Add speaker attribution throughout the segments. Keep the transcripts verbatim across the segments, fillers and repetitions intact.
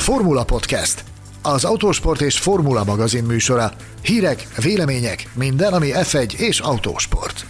Speaker 1: Formula Podcast, az autósport és formula magazin műsora. Hírek, vélemények, minden, ami ef egy és autósport.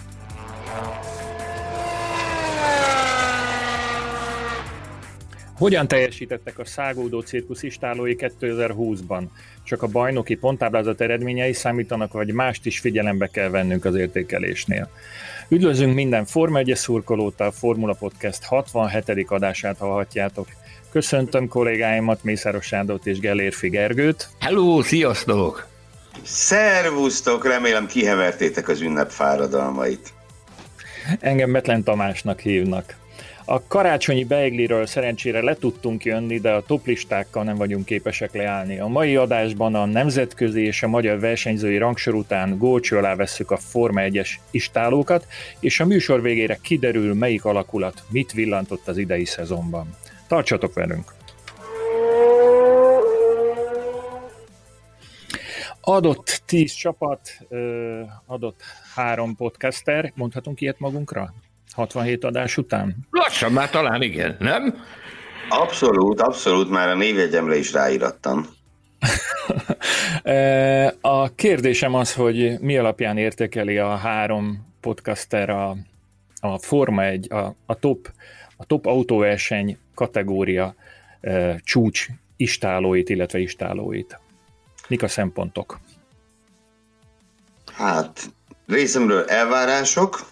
Speaker 2: Hogyan teljesítettek a száguldó cirkusz istálói kétezer-húszban? Csak a bajnoki ponttáblázat eredményei számítanak, vagy mást is figyelembe kell vennünk az értékelésnél? Üdvözlünk minden Forma egyes szurkolót, a Formula Podcast hatvanhetedik adását hallhatjátok. Köszöntöm kollégáimat, Mészáros Sándort és Gellérfi Gergőt.
Speaker 3: Hello, sziasztok!
Speaker 4: Szervusztok, remélem kihevertétek az ünnep fáradalmait.
Speaker 2: Engem Betlen Tamásnak hívnak. A karácsonyi beigliről szerencsére le tudtunk jönni, de a toplistákkal nem vagyunk képesek leállni. A mai adásban a nemzetközi és a magyar versenyzői rangsor után gólcső alá vesszük a Forma egyes istálókat, és a műsor végére kiderül, melyik alakulat mit villantott az idei szezonban. Tartsatok velünk! Adott tíz csapat, adott három podcaster, mondhatunk ilyet magunkra? hatvanhét adás után?
Speaker 3: Lassan már talán igen, nem?
Speaker 4: Abszolút, abszolút, már a névjegyemre is ráírattam.
Speaker 2: A kérdésem az, hogy mi alapján értékeli a három podcaster a, a Forma egy, a, a top, a top autóverseny kategória e, csúcs istálóit, illetve istálóit. Mik a szempontok?
Speaker 4: Hát, részemről elvárások,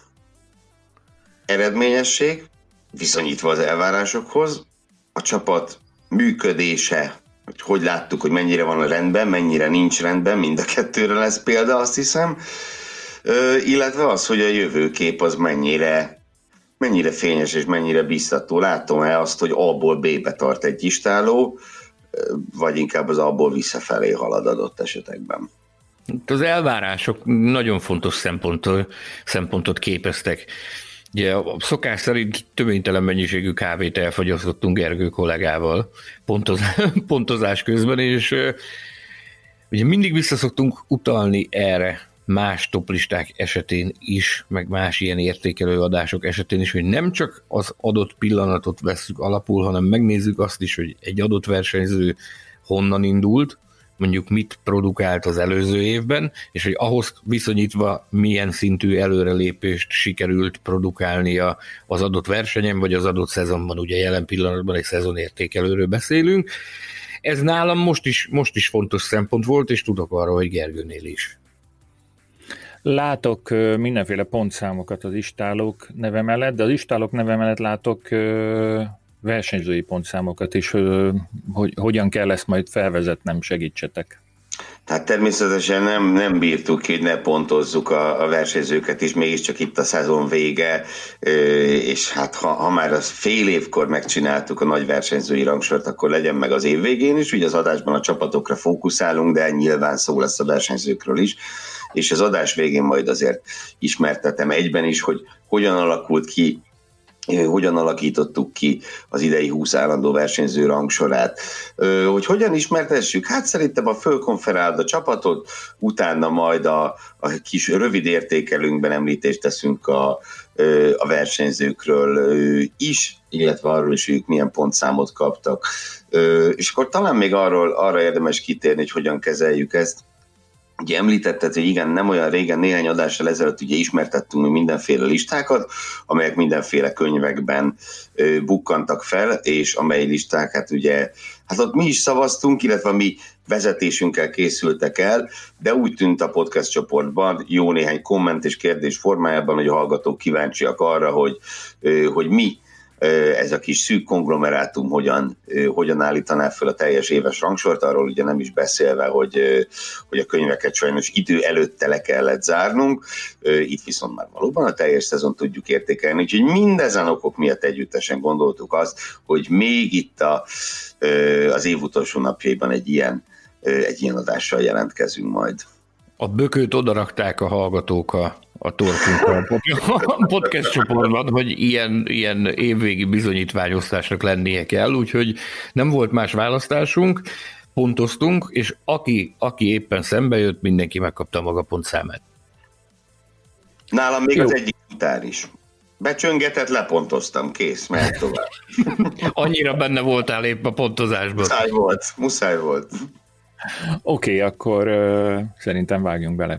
Speaker 4: eredményesség, viszonyítva az elvárásokhoz, a csapat működése, hogy hogy láttuk, hogy mennyire van a rendben, mennyire nincs rendben, mind a kettőre lesz példa, azt hiszem, Ö, illetve az, hogy a jövőkép az mennyire, mennyire fényes és mennyire biztató. Látom-e azt, hogy A-ból B-be tart egy istáló, vagy inkább az A-ból visszafelé halad adott esetekben.
Speaker 3: Az elvárások nagyon fontos szempontot, szempontot képeztek. Ugye a szokás szerint töménytelen mennyiségű kávét elfogyasztottunk Gergő kollégával pontozás, pontozás közben, és ugye mindig visszaszoktunk utalni erre más toplisták esetén is, meg más ilyen értékelő adások esetén is, hogy nem csak az adott pillanatot vesszük alapul, hanem megnézzük azt is, hogy egy adott versenyző honnan indult, mondjuk mit produkált az előző évben, és hogy ahhoz viszonyítva milyen szintű előrelépést sikerült produkálnia az adott versenyen, vagy az adott szezonban, ugye jelen pillanatban egy szezonértékelőről beszélünk. Ez nálam most is, most is fontos szempont volt, és tudok arról, hogy Gergőnél is.
Speaker 2: Látok mindenféle pontszámokat az istálók neve mellett, de az istálók neve mellett látok versenyzői pontszámokat is, hogy hogyan kell ezt majd felvezetnem, segítsetek.
Speaker 4: Tehát természetesen nem, nem bírtuk ki, hogy ne pontozzuk a, a versenyzőket is, mégiscsak itt a szezon vége, és hát ha, ha már az fél évkor megcsináltuk a nagy versenyzői rangsort, akkor legyen meg az év végén is, ugye az adásban a csapatokra fókuszálunk, de nyilván szó lesz a versenyzőkről is, és az adás végén majd azért ismertetem egyben is, hogy hogyan alakult ki, hogyan alakítottuk ki az idei húsz állandó versenyző rangsorát. Hogy hogyan ismertessük? Hát szerintem a fölkonferálod a csapatot, utána majd a, a kis rövid értékelünkben említést teszünk a, a versenyzőkről is, illetve arról is, hogy ők milyen pontszámot kaptak. És akkor talán még arról, arra érdemes kitérni, hogy hogyan kezeljük ezt. Ugye említetted, hogy igen, nem olyan régen, néhány adással ezelőtt ugye ismertettünk mindenféle listákat, amelyek mindenféle könyvekben ö, bukkantak fel, és amely listák, hát ugye, hát ott mi is szavaztunk, illetve a mi vezetésünkkel készültek el, de úgy tűnt a podcast csoportban, jó néhány komment és kérdés formájában, hogy a hallgatók kíváncsiak arra, hogy, ö, hogy mi ez a kis szűk konglomerátum hogyan, hogyan állítaná fel a teljes éves rangsort, arról ugye nem is beszélve, hogy, hogy a könyveket sajnos idő előtte le kellett zárnunk, itt viszont már valóban a teljes szezon tudjuk értékelni, úgyhogy mindezen okok miatt együttesen gondoltuk azt, hogy még itt a, az év utolsó napjaiban egy ilyen, egy ilyen adással jelentkezünk majd.
Speaker 3: A bökőt odarakták a hallgatók a, a torkunkra a podcast csoportban, hogy ilyen, ilyen évvégi bizonyítványosztásnak lennie kell, úgyhogy nem volt más választásunk, pontoztunk, és aki, aki éppen szembe jött, mindenki megkapta a maga pontszámát.
Speaker 4: Nálam még Jó. Az egyik után is. Becsöngetett, lepontoztam, kész, mehet tovább.
Speaker 3: Annyira benne voltál épp a pontozásban.
Speaker 4: Muszáj volt, muszáj volt.
Speaker 2: Oké, okay, akkor uh, szerintem vágjunk bele.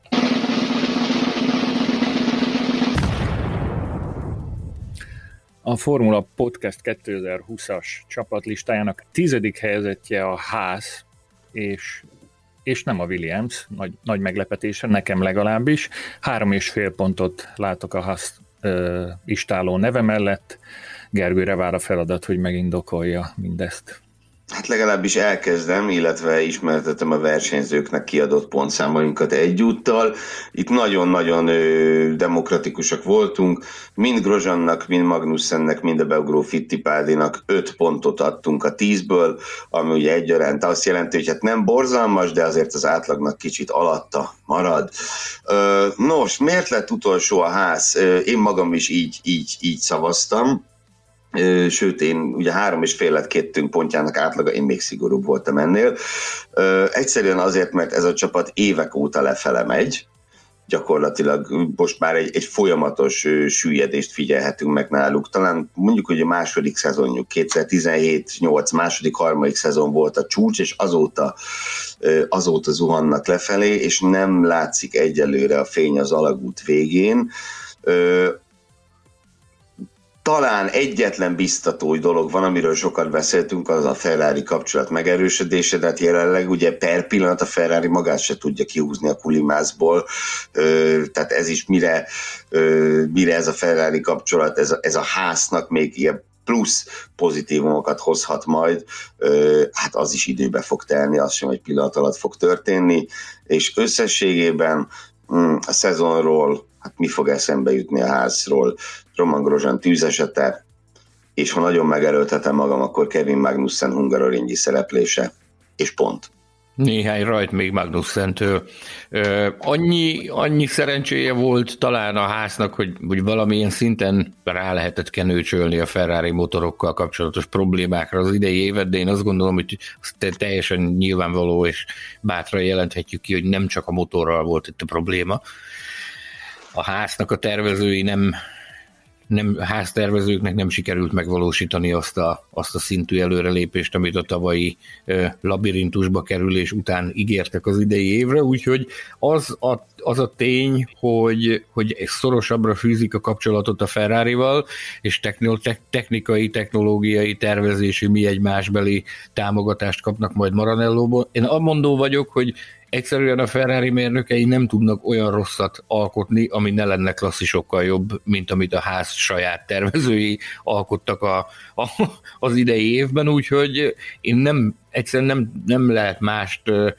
Speaker 2: A Formula Podcast kétezer-húszas csapatlistájának tizedik helyezettje a Haas, és, és nem a Williams, nagy, nagy meglepetése, nekem legalábbis. Három és fél pontot látok a Haas uh, istáló neve mellett. Gergőre vár a feladat, hogy megindokolja mindezt.
Speaker 4: Hát legalábbis elkezdem, illetve ismertetem a versenyzőknek kiadott pontszámainkat egyúttal. Itt nagyon-nagyon ö, demokratikusak voltunk. Mind Grosjeannak, mind Magnussennek, mind a beugró Fittipaldinak öt pontot adtunk a tízből, ami ugye egyaránt azt jelenti, hogy hát nem borzalmas, de azért az átlagnak kicsit alatta marad. Ö, nos, miért lett utolsó a Haas? Ö, én magam is így, így, így szavaztam. Sőt, én ugye három és fél lett kétünk pontjának átlaga, én még szigorúbb voltam ennél. Egyszerűen azért, mert ez a csapat évek óta lefele megy, gyakorlatilag most már egy, egy folyamatos süllyedést figyelhetünk meg náluk. Talán mondjuk, hogy a második szezonjuk, kétezer-tizenhét nyolc második, harmadik szezon volt a csúcs, és azóta, azóta zuhannak lefelé, és nem látszik egyelőre a fény az alagút végén. Talán egyetlen biztató dolog van, amiről sokat beszéltünk, az a Ferrari kapcsolat megerősödése, de hát jelenleg ugye per pillanat a Ferrari magát se tudja kihúzni a kulimászból, tehát ez is mire, mire ez a Ferrari kapcsolat, ez a, ez a Haasnak még ilyen plusz pozitívumokat hozhat majd, hát az is időbe fog telni, az sem egy pillanat alatt fog történni, és összességében a szezonról, hát mi fog eszembe jutni a Haasról? Romain Grosjean tűzesete, és ha nagyon megerőltetem magam, akkor Kevin Magnussen hungaroringi szereplése, és pont.
Speaker 3: Néhány rajt még Magnussentől. Annyi, annyi szerencséje volt talán a Haasnak, hogy, hogy valamilyen szinten rá lehetett kenőcsölni a Ferrari motorokkal kapcsolatos problémákra az idei évet, de én azt gondolom, hogy teljesen nyilvánvaló, és bátran jelenthetjük ki, hogy nem csak a motorral volt itt a probléma. A Haasnak a tervezői nem... nem háztervezőknek nem sikerült megvalósítani azt a, azt a szintű előrelépést, amit a tavalyi labirintusba kerülés után ígértek az idei évre, úgyhogy az a, az a tény, hogy, hogy szorosabbra fűzik a kapcsolatot a Ferrarival, és technikai, technológiai, tervezési, mi egymásbeli támogatást kapnak majd Maranellóból. Én amondó vagyok, hogy egyszerűen a Ferrari mérnökei nem tudnak olyan rosszat alkotni, ami ne lenne klasszisokkal jobb, mint amit a Haas saját tervezői alkottak a, a, az idei évben, úgyhogy én nem, egyszerűen nem, nem lehet mást ö,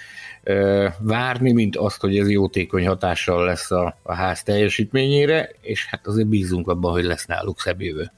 Speaker 3: ö, várni, mint azt, hogy ez jótékony hatással lesz a, a Haas teljesítményére, és hát azért bízunk abban, hogy lesz náluk szebb jövő.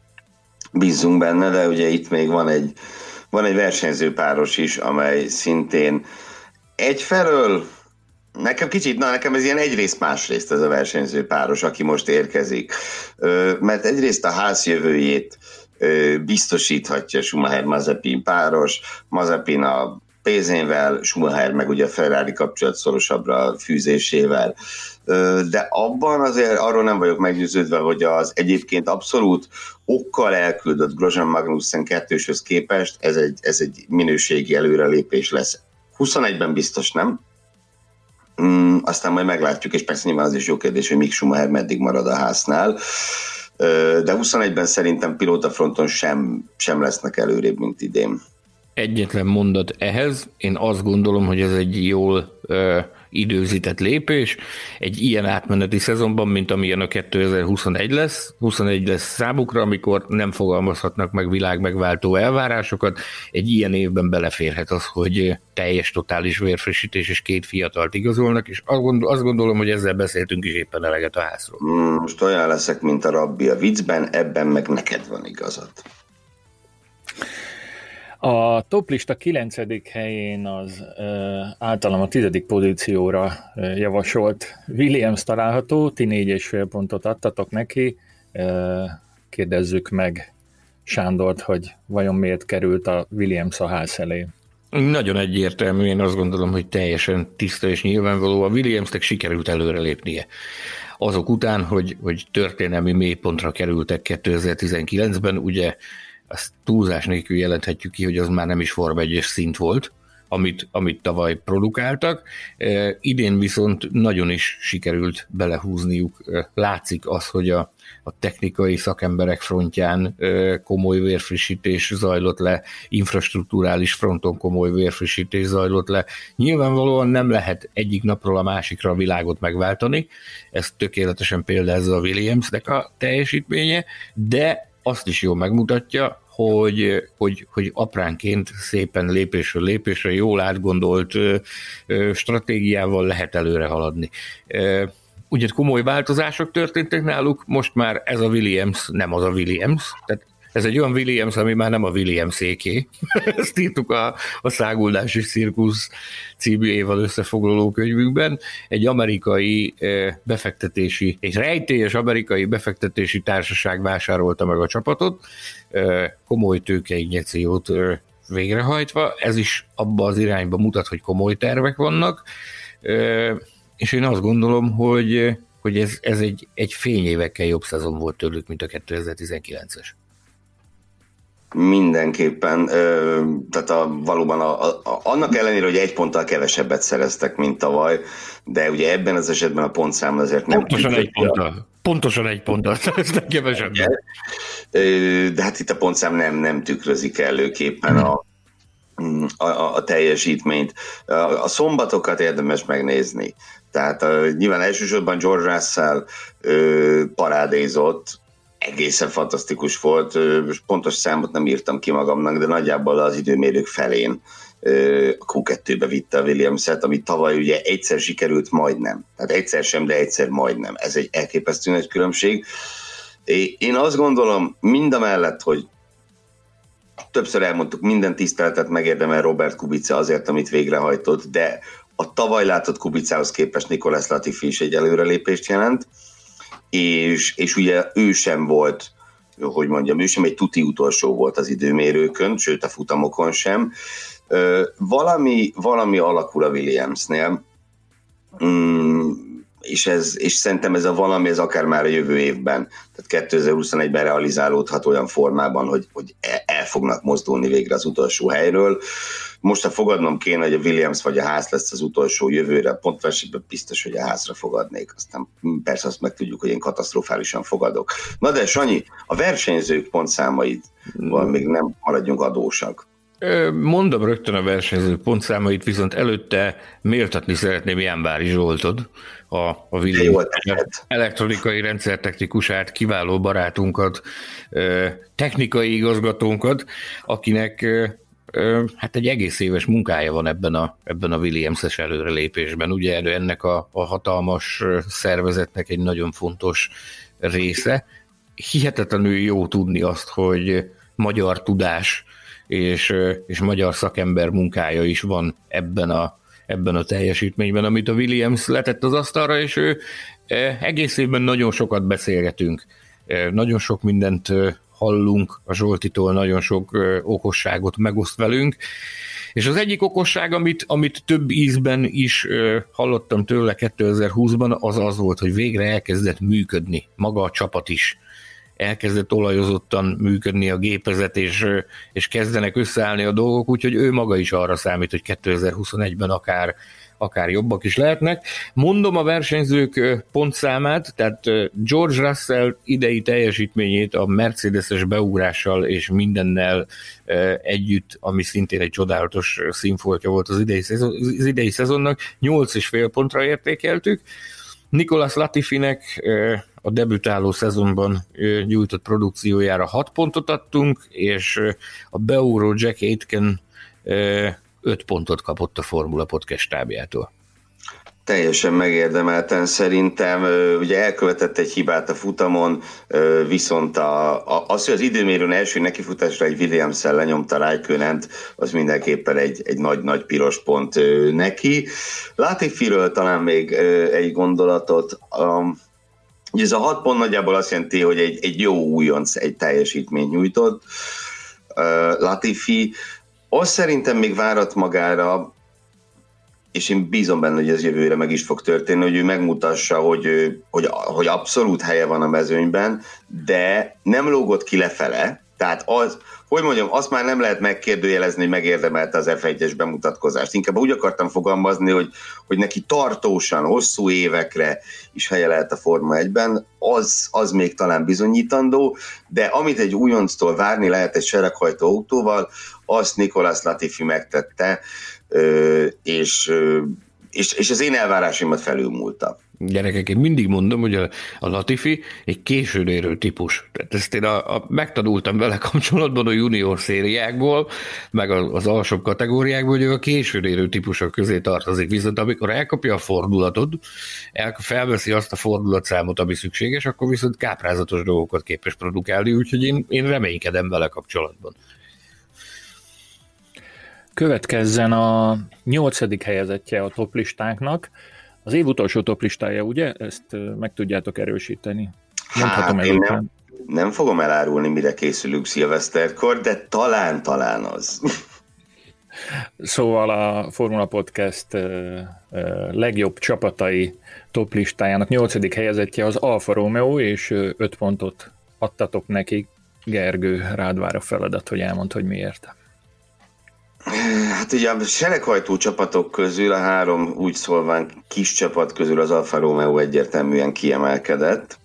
Speaker 4: Bízunk benne, de ugye itt még van egy, van egy versenyzőpáros is, amely szintén egyfelől, nekem kicsit, na nekem ez ilyen egyrészt másrészt ez a versenyző páros, aki most érkezik, mert egyrészt a Haas jövőjét biztosíthatja Schumacher-Mazepin páros, Mazepin a Pézénvel, Schumacher meg ugye a Ferrari kapcsolat szorosabbra fűzésével, de abban azért arról nem vagyok meggyőződve, hogy az egyébként abszolút okkal elküldött Grosjean Magnussen kettőshöz képest ez egy, ez egy minőségi előrelépés lesz. huszonegyben biztos nem. Mm, aztán majd meglátjuk, és persze nyilván az is jó kérdés, hogy Mick Schumacher meddig marad a Haasnál. De huszonegyben szerintem pilótafronton sem, sem lesznek előrébb, mint idén. Egyetlen
Speaker 3: mondat ehhez. Én azt gondolom, hogy ez egy jól ö, időzített lépés. Egy ilyen átmeneti szezonban, mint amilyen a kétezer-huszonegy lesz, huszonegy lesz számukra, amikor nem fogalmazhatnak meg világmegváltó elvárásokat. Egy ilyen évben beleférhet az, hogy teljes totális vérfrissítés és két fiatalt igazolnak, és azt gondolom, hogy ezzel beszéltünk is éppen eleget a Haasról.
Speaker 4: Most olyan leszek, mint a rabbi a viccben, ebben meg neked van igazad.
Speaker 2: A toplista kilencedik helyén az uh, általam a tizedik pozícióra uh, javasolt Williams található, ti négy és fél pontot adtatok neki. Uh, kérdezzük meg Sándort, hogy vajon miért került a Williams a Haas elé.
Speaker 3: Nagyon egyértelmű, én azt gondolom, hogy teljesen tiszta és nyilvánvaló. A Williamsnek sikerült előrelépnie. azok után, hogy, hogy történelmi mélypontra kerültek kétezer-tizenkilencben, ugye azt túlzás nélkül jelenthetjük ki, hogy az már nem is Forma egyes szint volt, amit, amit tavaly produkáltak. E, idén viszont nagyon is sikerült belehúzniuk. E, látszik az, hogy a, a technikai szakemberek frontján e, komoly vérfrissítés zajlott le, infrastrukturális fronton komoly vérfrissítés zajlott le. Nyilvánvalóan nem lehet egyik napról a másikra a világot megváltani, ezt tökéletesen példázza a Williamsnek a teljesítménye, de azt is jól megmutatja, hogy, hogy, hogy apránként szépen lépésről lépésre jól átgondolt ö, ö, stratégiával lehet előre haladni. Ö, ugye komoly változások történtek náluk, most már ez a Williams nem az a Williams, tehát ez egy olyan Williams, ami már nem a Williams-éké. Ezt írtuk a, a Száguldás és Cirkusz című évvel összefoglaló könyvünkben. Egy amerikai befektetési, egy rejtélyes amerikai befektetési társaság vásárolta meg a csapatot, komoly tőkeinjekciót végrehajtva. Ez is abba az irányba mutat, hogy komoly tervek vannak, és én azt gondolom, hogy, hogy ez, ez egy, egy fényévekkel jobb szezon volt tőlük, mint a kétezer-tizenkilences.
Speaker 4: Mindenképpen, tehát a, valóban a, a, annak ellenére, hogy egy ponttal kevesebbet szereztek, mint tavaly, de ugye ebben az esetben a pontszám azért nem...
Speaker 3: Pontosan egy ponttal. Pontosan egy ponttal szereztek kevesebbet.
Speaker 4: De hát itt a pontszám nem, nem tükrözik előképpen a, a, a teljesítményt. A, a szombatokat érdemes megnézni. Tehát a, nyilván elsősorban George Russell ö, parádézott, egészen fantasztikus volt, most pontos számot nem írtam ki magamnak, de nagyjából az időmérők felén a kú kettőbe vitte a Williams-et, ami tavaly ugye egyszer sikerült, majdnem. Tehát egyszer sem, de egyszer majdnem. Ez egy elképesztő nagy különbség. Én azt gondolom, mindamellett, hogy többször elmondtuk, minden tiszteletet megérdemel Robert Kubica azért, amit végrehajtott, de a tavaly látott Kubicához képest Nicolas Latifi is egy előrelépést jelent, És, és ugye ő sem volt, hogy mondjam, ő sem egy tuti utolsó volt az időmérőkön, sőt a futamokon sem. Valami, valami alakul a Williamsnél, és, ez, és szerintem ez a valami, ez akár már a jövő évben, tehát kétezer-huszonegyben realizálódhat olyan formában, hogy, hogy el fognak mozdulni végre az utolsó helyről. Most, ha fogadnom kéne, hogy a Williams vagy a Haas lesz az utolsó jövőre, pontversenyben biztos, hogy a Haasra fogadnék. Aztán persze azt meg tudjuk, hogy én katasztrofálisan fogadok. Na de Sanyi, a versenyzők pontszámaidval még nem maradjunk adósak.
Speaker 3: Mondom rögtön a versenyző pontszámait, viszont előtte méltatni szeretném Jánvári Zsoltod, a, a Williams elektronikai rendszertechnikusát, kiváló barátunkat, technikai igazgatónkat, akinek hát egy egész éves munkája van ebben a, ebben a Williams-es előrelépésben. Ugye ennek a, a hatalmas szervezetnek egy nagyon fontos része. Hihetetlenül jó tudni azt, hogy magyar tudás és, és magyar szakember munkája is van ebben a, ebben a teljesítményben, amit a Williams letett az asztalra, és ő egész évben nagyon sokat beszélgetünk. Nagyon sok mindent hallunk a Zsoltitól, nagyon sok okosságot megoszt velünk, és az egyik okosság, amit, amit több ízben is hallottam tőle kétezer-húszban, az az volt, hogy végre elkezdett működni, maga a csapat is. Elkezdett olajozottan működni a gépezet, és, és kezdenek összeállni a dolgok, úgyhogy ő maga is arra számít, hogy kétezer-huszonegyben akár, akár jobbak is lehetnek. Mondom a versenyzők pontszámát, tehát George Russell idei teljesítményét a Mercedes-es beugrással és mindennel együtt, ami szintén egy csodálatos színfoltja volt az idei, szezon, az idei szezonnak, nyolc és fél pontra értékeltük. Nicolas Latifinek a debütáló szezonban nyújtott produkciójára hat pontot adtunk, és a beugró Jack Aitken öt pontot kapott a Formula Podcast stábjától.
Speaker 4: Teljesen megérdemelten szerintem, ugye elkövetett egy hibát a futamon, viszont a, a, az, hogy az időmérőn első nekifutásra egy Williams-szel lenyomta Raikkonent, az mindenképpen egy, egy nagy-nagy piros pont neki. Latifiről talán még egy gondolatot. Ez a hat pont nagyjából azt jelenti, hogy egy, egy jó újonc, egy teljesítményt nyújtott. Latifi, azt szerintem még várat magára, és én bízom benne, hogy ez jövőre meg is fog történni, hogy ő megmutassa, hogy, hogy, hogy abszolút helye van a mezőnyben, de nem lógott ki lefele, tehát az, hogy mondjam, azt már nem lehet megkérdőjelezni, hogy megérdemelte az ef egyes bemutatkozást. Inkább úgy akartam fogalmazni, hogy, hogy neki tartósan, hosszú évekre is helye lehet a Forma egyben, az, az még talán bizonyítandó, de amit egy újonctól várni lehet egy sereghajtó autóval, azt Nicolas Latifi megtette, és, és, és az én elvárásaimat felülmúlta.
Speaker 3: Gyerekek, én mindig mondom, hogy a, a Latifi egy későn érő típus. Tehát ezt én a, a, megtanultam vele kapcsolatban a junior szériákból, meg az, az alsóbb kategóriákból, hogy ő a későn érő típusok közé tartozik. Viszont amikor elkapja a fordulatot, el, felveszi azt a fordulatszámot, ami szükséges, akkor viszont káprázatos dolgokat képes produkálni, úgyhogy én, én reménykedem vele kapcsolatban.
Speaker 2: Következzen a nyolcadik helyezettje a toplistáknak. Az év utolsó toplistája, ugye? Ezt meg tudjátok erősíteni.
Speaker 4: Mondhatom hát, én nem, nem fogom elárulni, mire készülünk szilveszterkor, de talán, talán az.
Speaker 2: Szóval a Formula Podcast legjobb csapatai toplistájának nyolcadik helyezettje az Alfa Romeo, és öt pontot adtatok neki. Gergő, rád vár a feladat, hogy elmondd, hogy miért.
Speaker 4: Hát ugye a sereghajtó csapatok közül, a három úgy szólván kis csapat közül az Alfa Romeo egyértelműen kiemelkedett.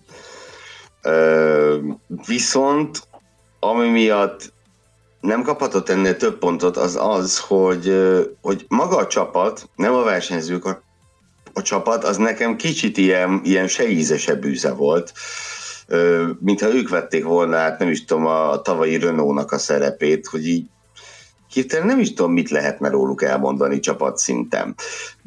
Speaker 4: Viszont ami miatt nem kaphatott ennél több pontot, az az, hogy, hogy maga a csapat, nem a versenyzők, a, a csapat, az nekem kicsit ilyen, ilyen se íze, se bűze volt. Mintha ők vették volna, hát nem is tudom, a tavalyi Renault-nak a szerepét, hogy így hirtelen nem is tudom, mit lehetne róluk elmondani csapatszinten.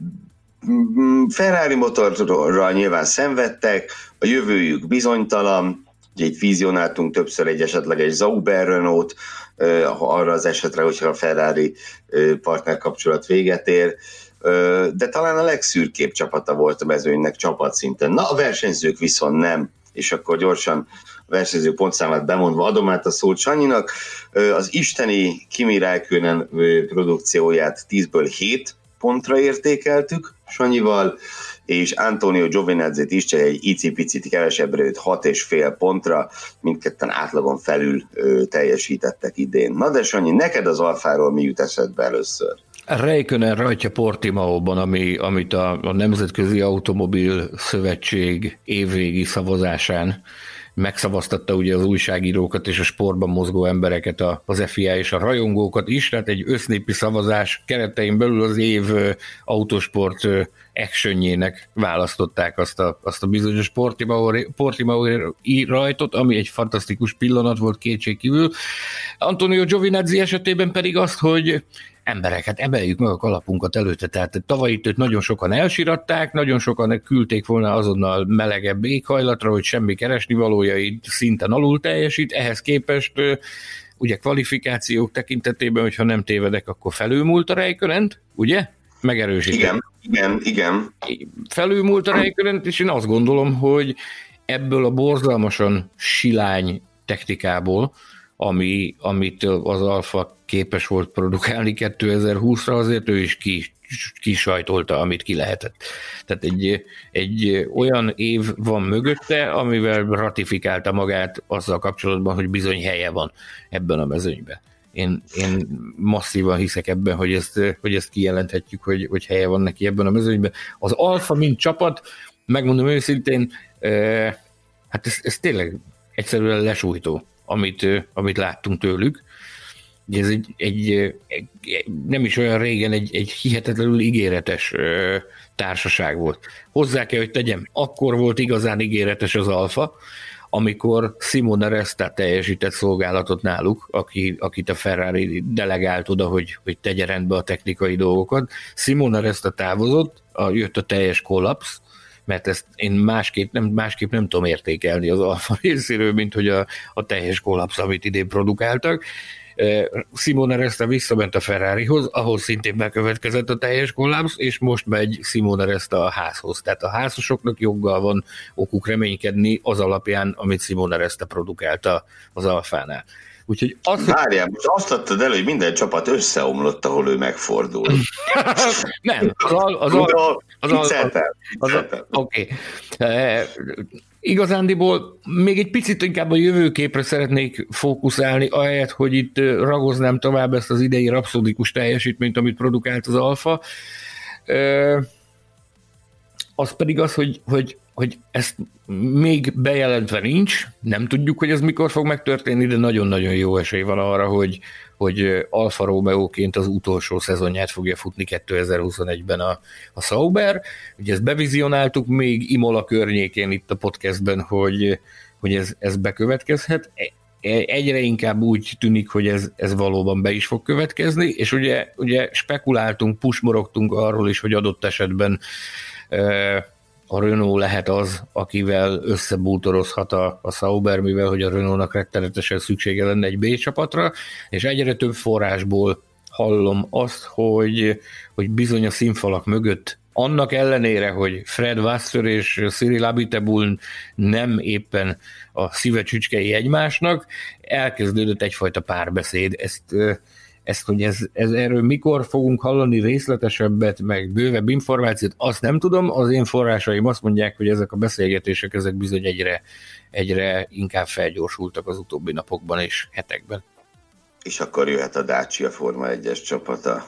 Speaker 4: Ferrari motorral nyilván szenvedtek, a jövőjük bizonytalan, ugye itt vizionáltunk többször egy esetleges Sauber Renault, arra az esetre, hogyha a Ferrari partnerkapcsolat véget ér, de talán a legszürkébb csapata volt a mezőnynek csapatszinten. Na, a versenyzők viszont nem, és akkor gyorsan a versenyző pontszámát bemondva adom át a szót Sanyinak. Az isteni Kimi Räikkönen produkcióját tízből hét pontra értékeltük Sanyival, és Antonio Giovinazzi-t is csak egy icipicit kevesebbre őt hat és fél pontra, mindketten átlagon felül ö, teljesítettek idén. Na de Sanyi, neked az Alfáról mi jut eszedbe először?
Speaker 3: Räikkönen rajtja Portimaóban, ami, amit a, a Nemzetközi Automobil Szövetség évvégi szavazásán megszavaztatta ugye az újságírókat és a sportban mozgó embereket, az ef i á és a rajongókat is, tehát egy össznépi szavazás keretein belül az év autosport actionjének választották azt a, azt a bizonyos Portimao, Portimao rajtot, ami egy fantasztikus pillanat volt kétségkívül. Antonio Giovinazzi esetében pedig azt, hogy embereket, emeljük meg a kalapunkat előtte, tehát tavaly őt nagyon sokan elsiratták, nagyon sokan küldték volna azonnal melegebb éghajlatra, hogy semmi keresnivalója itt szinten alul teljesít, ehhez képest ugye kvalifikációk tekintetében, hogyha nem tévedek, akkor felülmúlt a Räikkönent, ugye? Megerősített.
Speaker 4: Igen, igen, igen.
Speaker 3: Felülmúlt a Räikkönent, és én azt gondolom, hogy ebből a borzalmasan silány technikából, ami, amit az Alfa képes volt produkálni kétezer-húszra, azért ő is ki, kisajtolta, amit ki lehetett. Tehát egy, egy olyan év van mögötte, amivel ratifikálta magát azzal kapcsolatban, hogy bizony helye van ebben a mezőnyben. Én, én masszívan hiszek ebben, hogy ezt, hogy ezt kijelenthetjük, hogy, hogy helye van neki ebben a mezőnyben. Az Alfa, mint csapat, megmondom őszintén, eh, hát ez, ez tényleg egyszerűen lesújtó, amit, amit láttunk tőlük. Ez egy, egy, egy, nem is olyan régen egy, egy hihetetlenül ígéretes ö, társaság volt. Hozzá kell, hogy tegyem, akkor volt igazán ígéretes az Alfa, amikor Simone Resta teljesített szolgálatot náluk, aki, akit a Ferrari delegált oda, hogy, hogy tegye rendbe a technikai dolgokat. Simone Resta távozott, a, jött a teljes kollapsz, mert ezt én másképp nem, másképp nem tudom értékelni az Alfa részéről, mint hogy a, a teljes kollapsz, amit idén produkáltak. Simone Resta visszament a Ferrarihoz, ahol szintén bekövetkezett a teljes kollapsz, és most megy Simone Resta a házhoz. Tehát a házasoknak joggal van okuk reménykedni az alapján, amit Simone Resta produkálta az Alfánál. Úgyhogy azt,
Speaker 4: Várjál, most azt adtad elő, hogy minden csapat összeomlott, ahol ő megfordul.
Speaker 3: nem, az al, az al, az al, az al, oké. Okay. Igazándiból még egy picit inkább a jövőképre szeretnék fókuszálni, ahelyett, hogy itt ragoznám tovább ezt az idei rapszódikus teljesítményt, amit produkált az Alfa. Az pedig az, hogy, hogy, hogy ezt még bejelentve nincs, nem tudjuk, hogy ez mikor fog megtörténni, de nagyon-nagyon jó esély van arra, hogy, hogy Alfa Romeo-ként az utolsó szezonját fogja futni kétezer-huszonegyben a, a Sauber. Ugye ezt bevizionáltuk még Imola környékén itt a podcastben, hogy, hogy ez, ez bekövetkezhet. Egyre inkább úgy tűnik, hogy ez, ez valóban be is fog következni, és ugye, ugye spekuláltunk, pusmorogtunk arról is, hogy adott esetben a Renault lehet az, akivel összebútorozhat a, a Sauber, mivel hogy a Renault-nak rettenetesen szüksége lenne egy B csapatra, és egyre több forrásból hallom azt, hogy, hogy bizony a színfalak mögött, annak ellenére, hogy Fred Vasseur és Cyril Abiteboul nem éppen a szíve csücskei egymásnak, elkezdődött egyfajta párbeszéd. Ezt Ezt, hogy ez, ez erről mikor fogunk hallani részletesebbet, meg bővebb információt, azt nem tudom. Az én forrásaim azt mondják, hogy ezek a beszélgetések ezek bizony egyre, egyre inkább felgyorsultak az utóbbi napokban és hetekben. És akkor jöhet a Dacia Forma egyes csapata.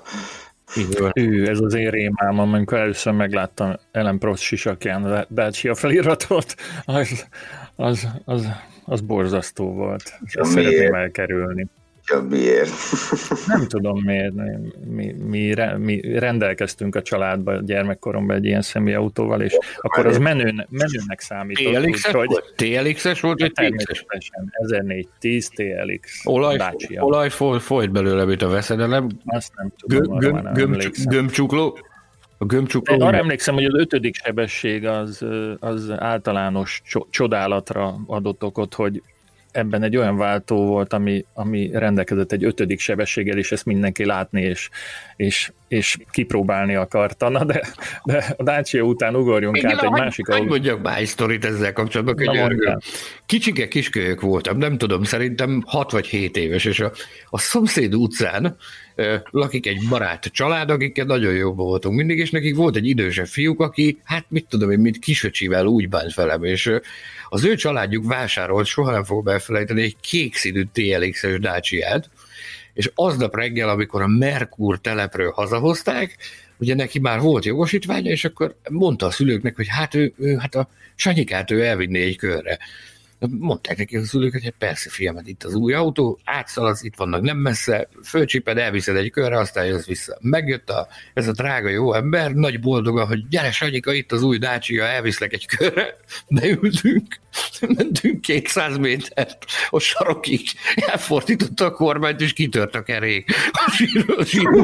Speaker 2: Ő, ez az én rémálmom, amikor először megláttam Ellen Prost sisakján a Dacia feliratot, az, az, az, az borzasztó volt. És azt szeretném elkerülni.
Speaker 4: Miért?
Speaker 2: Nem tudom miért. Mi, mi, mi rendelkeztünk a családba gyermekkoromban egy ilyen személyautóval, és akkor az menőn, menőnek számított.
Speaker 3: té el iksz-es
Speaker 2: úgy,
Speaker 3: volt? té el iksz-es volt, vagy
Speaker 2: természetesen ezernégyszáz té el iksz.
Speaker 3: Olaj, olaj folyt belőle, mint a veszedelem.
Speaker 2: Azt nem tudom,
Speaker 3: Göm, göm, göm, gömcsukló. A gömcsukló.
Speaker 2: Arra emlékszem, hogy az ötödik sebesség az, az általános csodálatra adott okot, hogy ebben egy olyan váltó volt, ami, ami rendelkezett egy ötödik sebességgel, és ezt mindenki látni, és, és, és kipróbálni akarta. Na, de, de a Dacia után ugorjunk igen, át egy hagy, másik...
Speaker 3: Hagy mondjak már egy sztorit ezzel kapcsolatban, könyörgöm. Kicsike kiskölyök voltam, nem tudom, szerintem hat vagy hét éves, és a, a szomszéd utcán lakik egy barát család, akikkel nagyon jóban voltunk mindig, és nekik volt egy idősebb fiúk, aki, hát mit tudom én, mint kisöcsivel úgy bánt velem, és az ő családjuk vásárolt, soha nem fogom elfelejteni, egy kék színű té el iksz-es Daciát, és aznap reggel, amikor a Merkur telepről hazahozták, ugye neki már volt jogosítványa, és akkor mondta a szülőknek, hogy hát ő, ő hát a Sanyikát ő elvinné egy körre. Mondták neki a szülők, hogy persze fiam, itt az új autó, átszaladsz, itt vannak nem messze, fölcsíped, elviszed egy körre, aztán jössz vissza. Megjött a, ez a drága jó ember, nagy boldogan, hogy gyere Sanyika, itt az új Dacia, elviszlek egy körre, beültünk, mentünk kétszáz métert a sarokig, elfordította a kormányt, és kitört a kerék. A síró, a síró,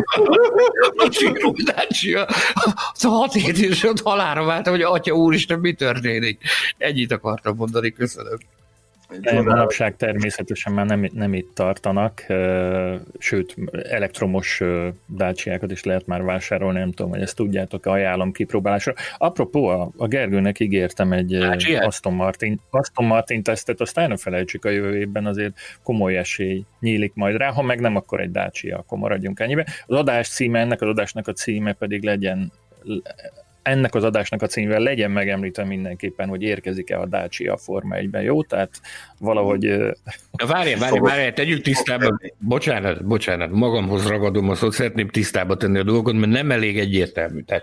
Speaker 3: a síró Dacia, a hat hét és ott halálra váltam, hogy atya úristen, mi történik? Ennyit akartam mondani, köszönöm.
Speaker 2: Manapság természetesen már nem, nem itt tartanak, sőt, elektromos Daciákat is lehet már vásárolni, nem tudom, hogy ezt tudjátok, ajánlom kipróbálásra. Apropó, a, a Gergőnek ígértem egy Aston Martin, Aston Martin tesztet, aztán ne felejtsük, a jövő évben azért komoly esély nyílik majd rá, ha meg nem, akkor egy Dacia, akkor maradjunk ennyibe. Az adás címe, ennek az adásnak a címe pedig legyen ennek az adásnak a címvel legyen megemlítve mindenképpen, hogy érkezik-e a Dacia a Forma egyben, jó? Tehát valahogy...
Speaker 3: Várjál, várjál, várjál, tegyük tisztába, bocsánat, bocsánat, magamhoz ragadom azt, hogy szeretném tisztába tenni a dolgot, mert nem elég egyértelmű. Tehát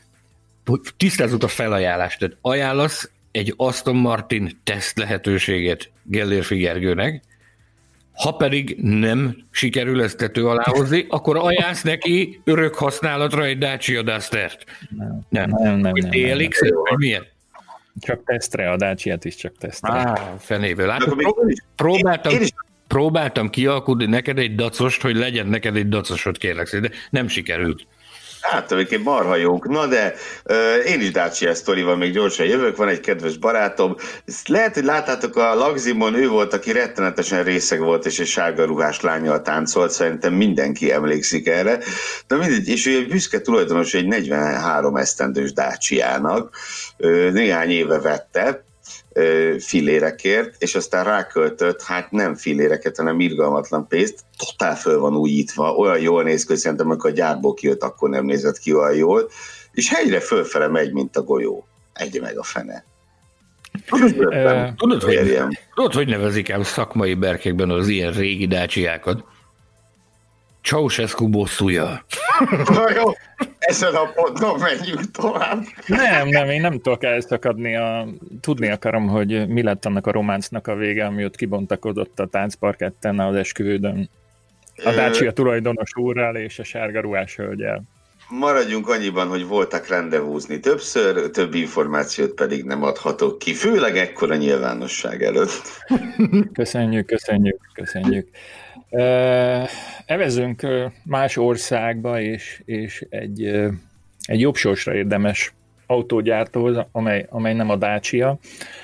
Speaker 3: tisztázzuk a felajánlást, tehát ajánlasz egy Aston Martin teszt lehetőséget Gellérfi Gergőnek, ha pedig nem sikerül ezt tető alá hozni, akkor ajánlsz neki örök használatra egy Dacia Duster-t.
Speaker 2: Nem, nem, nem. nem, nem,
Speaker 3: té el iksz-et, vagy milyen?
Speaker 2: Csak tesztre, a Dacia-t is csak tesztre.
Speaker 3: Á, fenébe. Látod, próbáltam, próbáltam kialkudni neked egy dacost, hogy legyen neked egy dacosod, kérlek, de nem sikerült.
Speaker 4: Hát, amiket marha jók. Na de uh, én is Dacia sztorival még gyorsan jövök, van egy kedves barátom. Ezt lehet, hogy láttátok a Lagzimon, ő volt, aki rettenetesen részeg volt, és egy sárga ruhás lánnyal táncolt, szerintem mindenki emlékszik erre. De mindegy, és ő egy büszke tulajdonos egy negyvenhárom esztendős Daciának, uh, néhány éve vette, fillérekért, és aztán ráköltött, hát nem filléreket, hanem irgalmatlan pénzt, totál föl van újítva, olyan jól néz ki, szerintem, amikor a gyárból kijött, akkor nem nézett ki olyan jól, és hegyre fölfele megy, mint a golyó. Egy meg a fene.
Speaker 3: Tudod, tudod, hogy, tudod, hogy nevezik el szakmai berkekben az ilyen régi dácsiákat? Ceausescu bosszúja.
Speaker 4: Jó, ezen a ponton menjünk tovább.
Speaker 2: Nem, nem, én nem tudok elszakadni. A, tudni akarom, hogy mi lett annak a románcnak a vége, ami ott kibontakozott a táncparketten az esküvődön. A Dacia tulajdonos úrral és a sárga ruhás hölgyel.
Speaker 4: Maradjunk annyiban, hogy voltak rendezvúzni többször, több információt pedig nem adhatok ki, főleg ekkora nyilvánosság előtt.
Speaker 2: Köszönjük, köszönjük, köszönjük. Evezünk más országba, és, és egy, egy jobb sorsra érdemes autógyártóhoz, amely, amely nem a Dacia.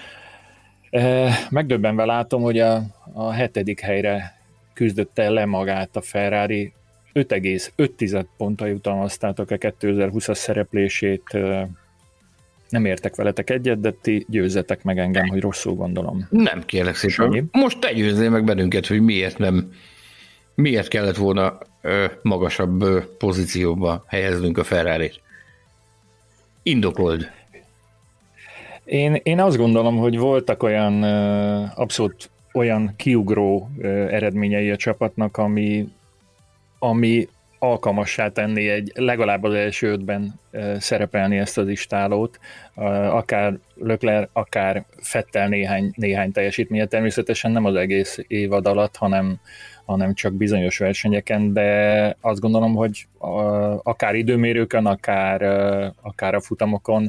Speaker 2: Megdöbbenve látom, hogy a, a hetedik helyre küzdötte le magát a Ferrari. öt egész öt ponttal jutalmaztátok a kétezer-húszas szereplését. Nem értek veletek egyet, de ti győzzetek meg engem, hogy rosszul gondolom.
Speaker 3: Nem kérlek szépen. Sanyi? Most te győzzél meg bennünket, hogy miért nem, miért kellett volna ö, magasabb ö, pozícióba helyeznünk a Ferrarit. Indokold.
Speaker 2: Én, én azt gondolom, hogy voltak olyan ö, abszolút olyan kiugró ö, eredményei a csapatnak, ami ami alkalmassá tenni egy legalább az első ötben szerepelni ezt az istálót, akár Leclerc, akár Vettel néhány, néhány teljesítménye, természetesen nem az egész évad alatt, hanem, hanem csak bizonyos versenyeken, de azt gondolom, hogy akár időmérőkön, akár, akár a futamokon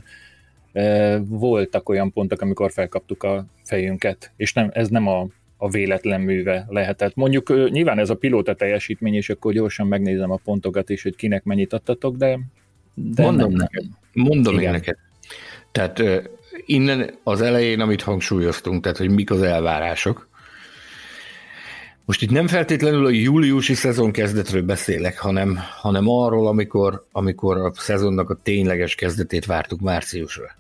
Speaker 2: voltak olyan pontok, amikor felkaptuk a fejünket, és nem, ez nem a a véletlen műve lehetett. Mondjuk nyilván ez a pilóta teljesítmény, és akkor gyorsan megnézem a pontokat is, hogy kinek mennyit adtatok, de, de
Speaker 3: mondom
Speaker 2: nem
Speaker 3: neked. Mondom én neked. Tehát uh, innen az elején, amit hangsúlyoztunk, tehát hogy mik az elvárások. Most itt nem feltétlenül a júliusi szezon kezdetről beszélek, hanem, hanem arról, amikor, amikor a szezonnak a tényleges kezdetét vártuk márciusra.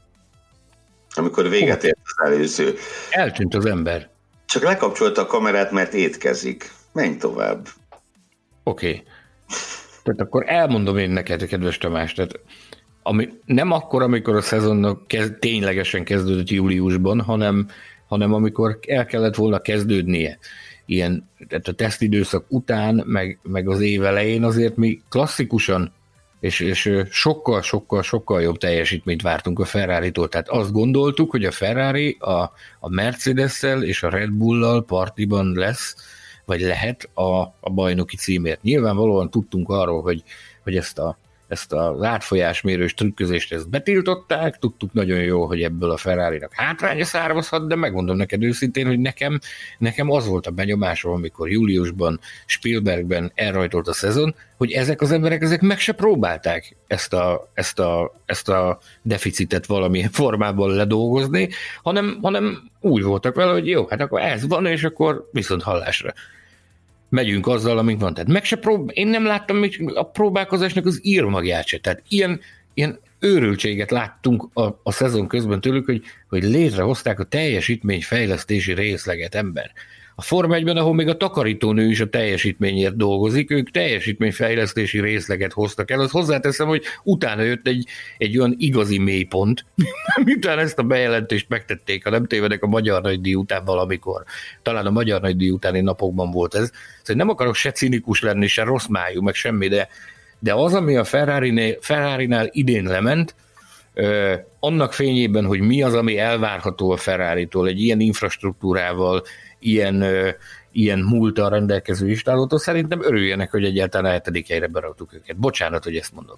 Speaker 4: Amikor véget ért az előző.
Speaker 3: Eltűnt az ember.
Speaker 4: Csak lekapcsolta a kamerát, mert étkezik. Menj tovább.
Speaker 3: Oké. Okay. Tehát akkor elmondom én neked, kedves Tamás, tehát ami, nem akkor, amikor a szezonnak kezd, ténylegesen kezdődött júliusban, hanem, hanem amikor el kellett volna kezdődnie. Ilyen, tehát a tesztidőszak után, meg, meg az év elején azért mi klasszikusan és, és sokkal, sokkal, sokkal jobb teljesítményt vártunk a Ferraritól. Tehát azt gondoltuk, hogy a Ferrari a, a Mercedes-szel és a Red Bull-lal partiban lesz, vagy lehet a, a bajnoki címért. Nyilvánvalóan tudtunk arról, hogy, hogy ezt, a, ezt az átfolyásmérős trükközést ezt betiltották, tudtuk nagyon jó, hogy ebből a Ferrarinak hátránya származhat, de megmondom neked őszintén, hogy nekem, nekem az volt a benyomásom, amikor júliusban Spielbergben elrajtolt a szezon, hogy ezek az emberek ezek meg se próbálták ezt a, ezt a, ezt a deficitet valamilyen formában ledolgozni, hanem, hanem úgy voltak vele, hogy jó, hát akkor ez van, és akkor viszont hallásra megyünk azzal, amink van. Tehát meg se prób- én nem láttam még a próbálkozásnak az írmagját se. Tehát ilyen, ilyen őrültséget láttunk a, a szezon közben tőlük, hogy, hogy létrehozták a teljesítményfejlesztési részleget, ember. A Forma egyben, ahol még a takarítónő is a teljesítményért dolgozik, ők teljesítményfejlesztési részleget hoztak el. Azt hozzáteszem, hogy utána jött egy, egy olyan igazi mélypont, miután ezt a bejelentést megtették, ha nem tévedek, a Magyar Nagydíj után valamikor. Talán a Magyar Nagydíj utáni napokban volt ez. Szóval nem akarok se cinikus lenni, se rossz májú, meg semmi, de, de az, ami a Ferrari-nál, Ferrari-nál idén lement, ö, annak fényében, hogy mi az, ami elvárható a Ferrari-tól egy ilyen infrastruktúrával, ilyen, ö, ilyen múlttal rendelkező istálótól, szerintem örüljenek, hogy egyáltalán a hetedik helyre beraktuk őket. Bocsánat, hogy ezt mondom.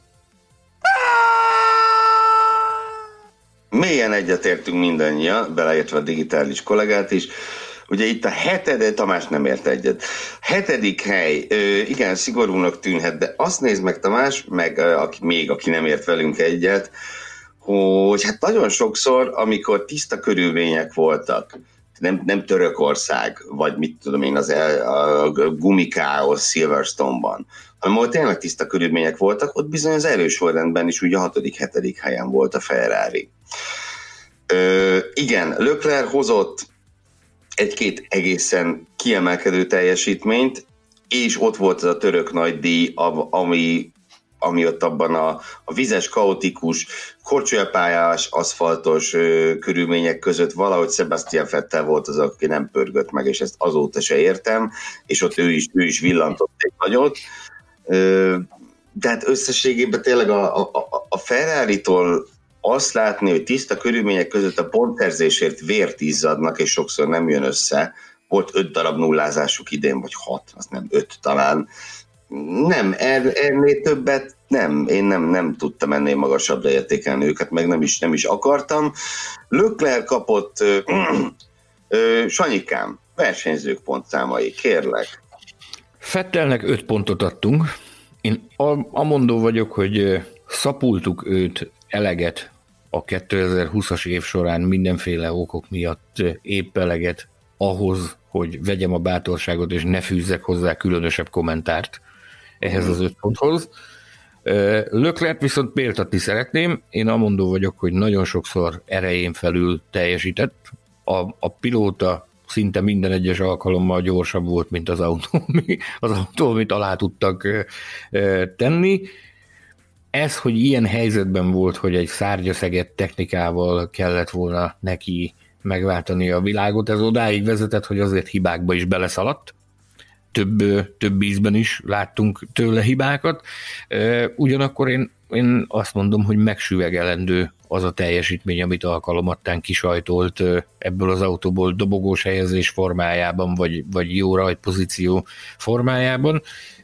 Speaker 4: Mélyen egyetértünk mindannyian, beleértve a digitális kollégát is. Ugye itt a hetedik, Tamás nem ért egyet. Hetedik hely, igen, szigorúnak tűnhet, de azt nézd meg, Tamás, meg aki, még aki nem ért velünk egyet, hogy hát nagyon sokszor, amikor tiszta körülmények voltak, nem, nem Törökország, vagy mit tudom én, az el, a gumikáosz Silverstone-ban, hanem ahol tényleg tiszta körülmények voltak, ott bizony az erősorrendben is ugye a hatodik, hetedik helyen volt a Ferrari. Ö, igen, Leclerc hozott egy-két egészen kiemelkedő teljesítményt, és ott volt az a török nagydíj, ami, ami ott abban a, a vizes, kaotikus, korcsolyapályás, aszfaltos ö, körülmények között valahogy Sebastian Vettel volt az, aki nem pörgött meg, és ezt azóta se értem, és ott ő is, ő is villantott egy nagyot. Ö, de hát összességében tényleg a, a, a Ferrari-tól azt látni, hogy tiszta körülmények között a pontszerzésért vért izzadnak, és sokszor nem jön össze. Volt öt darab nullázásuk idén, vagy hat, az nem öt talán. Nem, ennél többet nem. Én nem, nem tudtam ennél magasabbra értékelni őket, meg nem is, nem is akartam. Leclerc kapott ö, ö, Sanyikám, versenyzők pontszámai, kérlek.
Speaker 3: Vettelnek öt pontot adtunk. Én amondó vagyok, hogy szapultuk őt eleget a kétezer-húszas év során mindenféle okok miatt, épp eleget ahhoz, hogy vegyem a bátorságot, és ne fűzzek hozzá különösebb kommentárt ehhez az öt ponthoz. Leclerc viszont méltatni szeretném. Én amondó vagyok, hogy nagyon sokszor erején felül teljesített. A, a pilóta szinte minden egyes alkalommal gyorsabb volt, mint az autó, az autó, amit alá tudtak tenni. Ez, hogy ilyen helyzetben volt, hogy egy szárnyaszegett technikával kellett volna neki megváltani a világot, ez odáig vezetett, hogy azért hibákba is beleszaladt. Több, több ízben is láttunk tőle hibákat. Ugyanakkor én, én azt mondom, hogy megsüvegelendő az a teljesítmény, amit alkalomattán kisajtolt ebből az autóból dobogós helyezés formájában, vagy, vagy jó rajtpozíció formájában.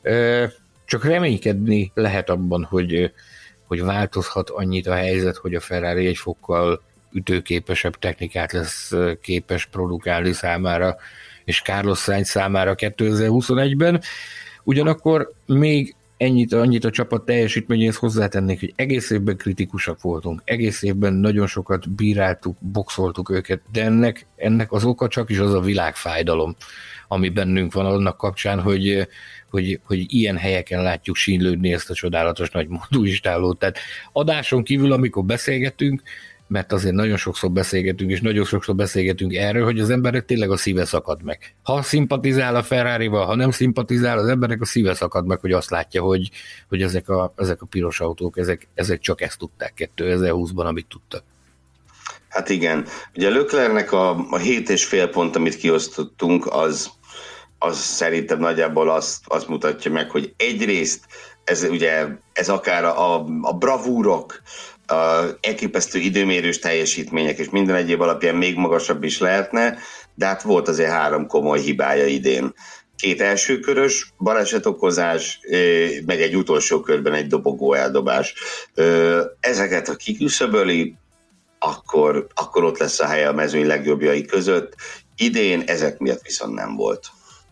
Speaker 3: Csak reménykedni lehet abban, hogy, hogy változhat annyit a helyzet, hogy a Ferrari egy fokkal ütőképesebb technikát lesz képes produkálni számára, és Carlos Sainz számára kétezer-huszonegyben. Ugyanakkor még ennyit, annyit a csapat teljesítményéhez hozzátennék, hogy egész évben kritikusak voltunk, egész évben nagyon sokat bíráltuk, boxoltuk őket, de ennek, ennek az oka csak is az a világfájdalom, ami bennünk van annak kapcsán, hogy, hogy, hogy ilyen helyeken látjuk sínlődni ezt a csodálatos nagy modulistálót. Tehát adáson kívül, amikor beszélgetünk, mert azért nagyon sokszor beszélgetünk, és nagyon sokszor beszélgetünk erről, hogy az emberek tényleg a szíve szakad meg. Ha szimpatizál a Ferrarival, ha nem szimpatizál, az embernek a szíve szakad meg, hogy azt látja, hogy, hogy ezek, a, ezek a piros autók, ezek, ezek csak ezt tudták kétezer-húszban, amit tudtak.
Speaker 4: Hát igen. Ugye Leclercnek a, a hét és fél pont, amit kiosztottunk, az, az szerintem nagyjából azt, azt mutatja meg, hogy egyrészt ez ugye ez akár a, a bravúrok, a elképesztő időmérős teljesítmények és minden egyéb alapján még magasabb is lehetne, de hát volt azért három komoly hibája idén. Két elsőkörös balesetokozás, meg egy utolsó körben egy dobogó eldobás. Ezeket, ha kiküszöböli, akkor, akkor ott lesz a helye a mezőny legjobbjai között. Idén ezek miatt viszont nem volt.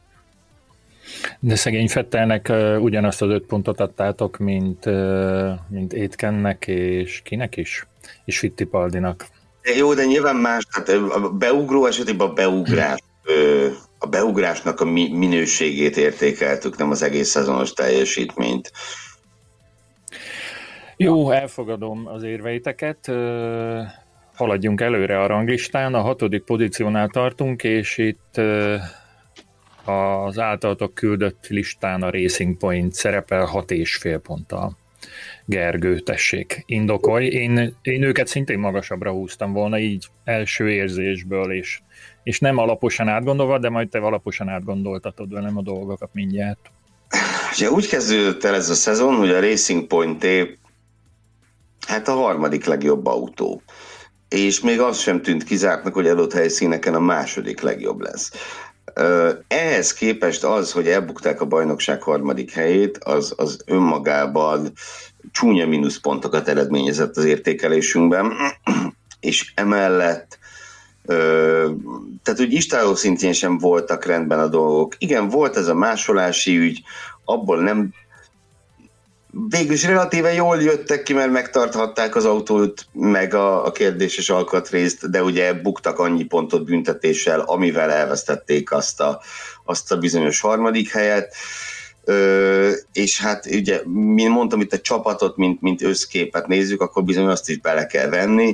Speaker 2: De szegény Vettelnek uh, ugyanazt az öt pontot adtátok, mint, uh, mint Aitkennek, és kinek is? És Fittipaldinak.
Speaker 4: De jó, de nyilván más, hát a beugró esetében a beugrás, uh, a beugrásnak a mi- minőségét értékeltük, nem az egész szezonos teljesítményt.
Speaker 2: Jó, elfogadom az érveiteket. Uh, haladjunk előre a ranglistán, a hatodik pozíciónál tartunk, és itt uh, az általatok küldött listán a Racing Point szerepel hat és fél ponttal. Gergő, tessék, indokolj. Én, én őket szintén magasabbra húztam volna, így első érzésből, és, és nem alaposan átgondolva, de majd te alaposan átgondoltatod velem a dolgokat mindjárt.
Speaker 4: Ugye úgy kezdődött el ez a szezon, hogy a Racing Point-é hát a harmadik legjobb autó. És még az sem tűnt kizártnak, hogy adott helyszíneken a második legjobb lesz. Ehhez képest az, hogy elbukták a bajnokság harmadik helyét, az, az önmagában csúnya mínuszpontokat eredményezett az értékelésünkben, és emellett tehát úgy istáló szintjén sem voltak rendben a dolgok. Igen, volt ez a másolási ügy, abból nem végül is relatíve jól jöttek ki, mert megtarthatták az autót, meg a, a kérdéses alkatrészt, de ugye buktak annyi pontot büntetéssel, amivel elvesztették azt a, azt a bizonyos harmadik helyet. Ö, és hát ugye, mint mondtam, itt a csapatot, mint, mint összképet nézzük, akkor bizony azt is bele kell venni,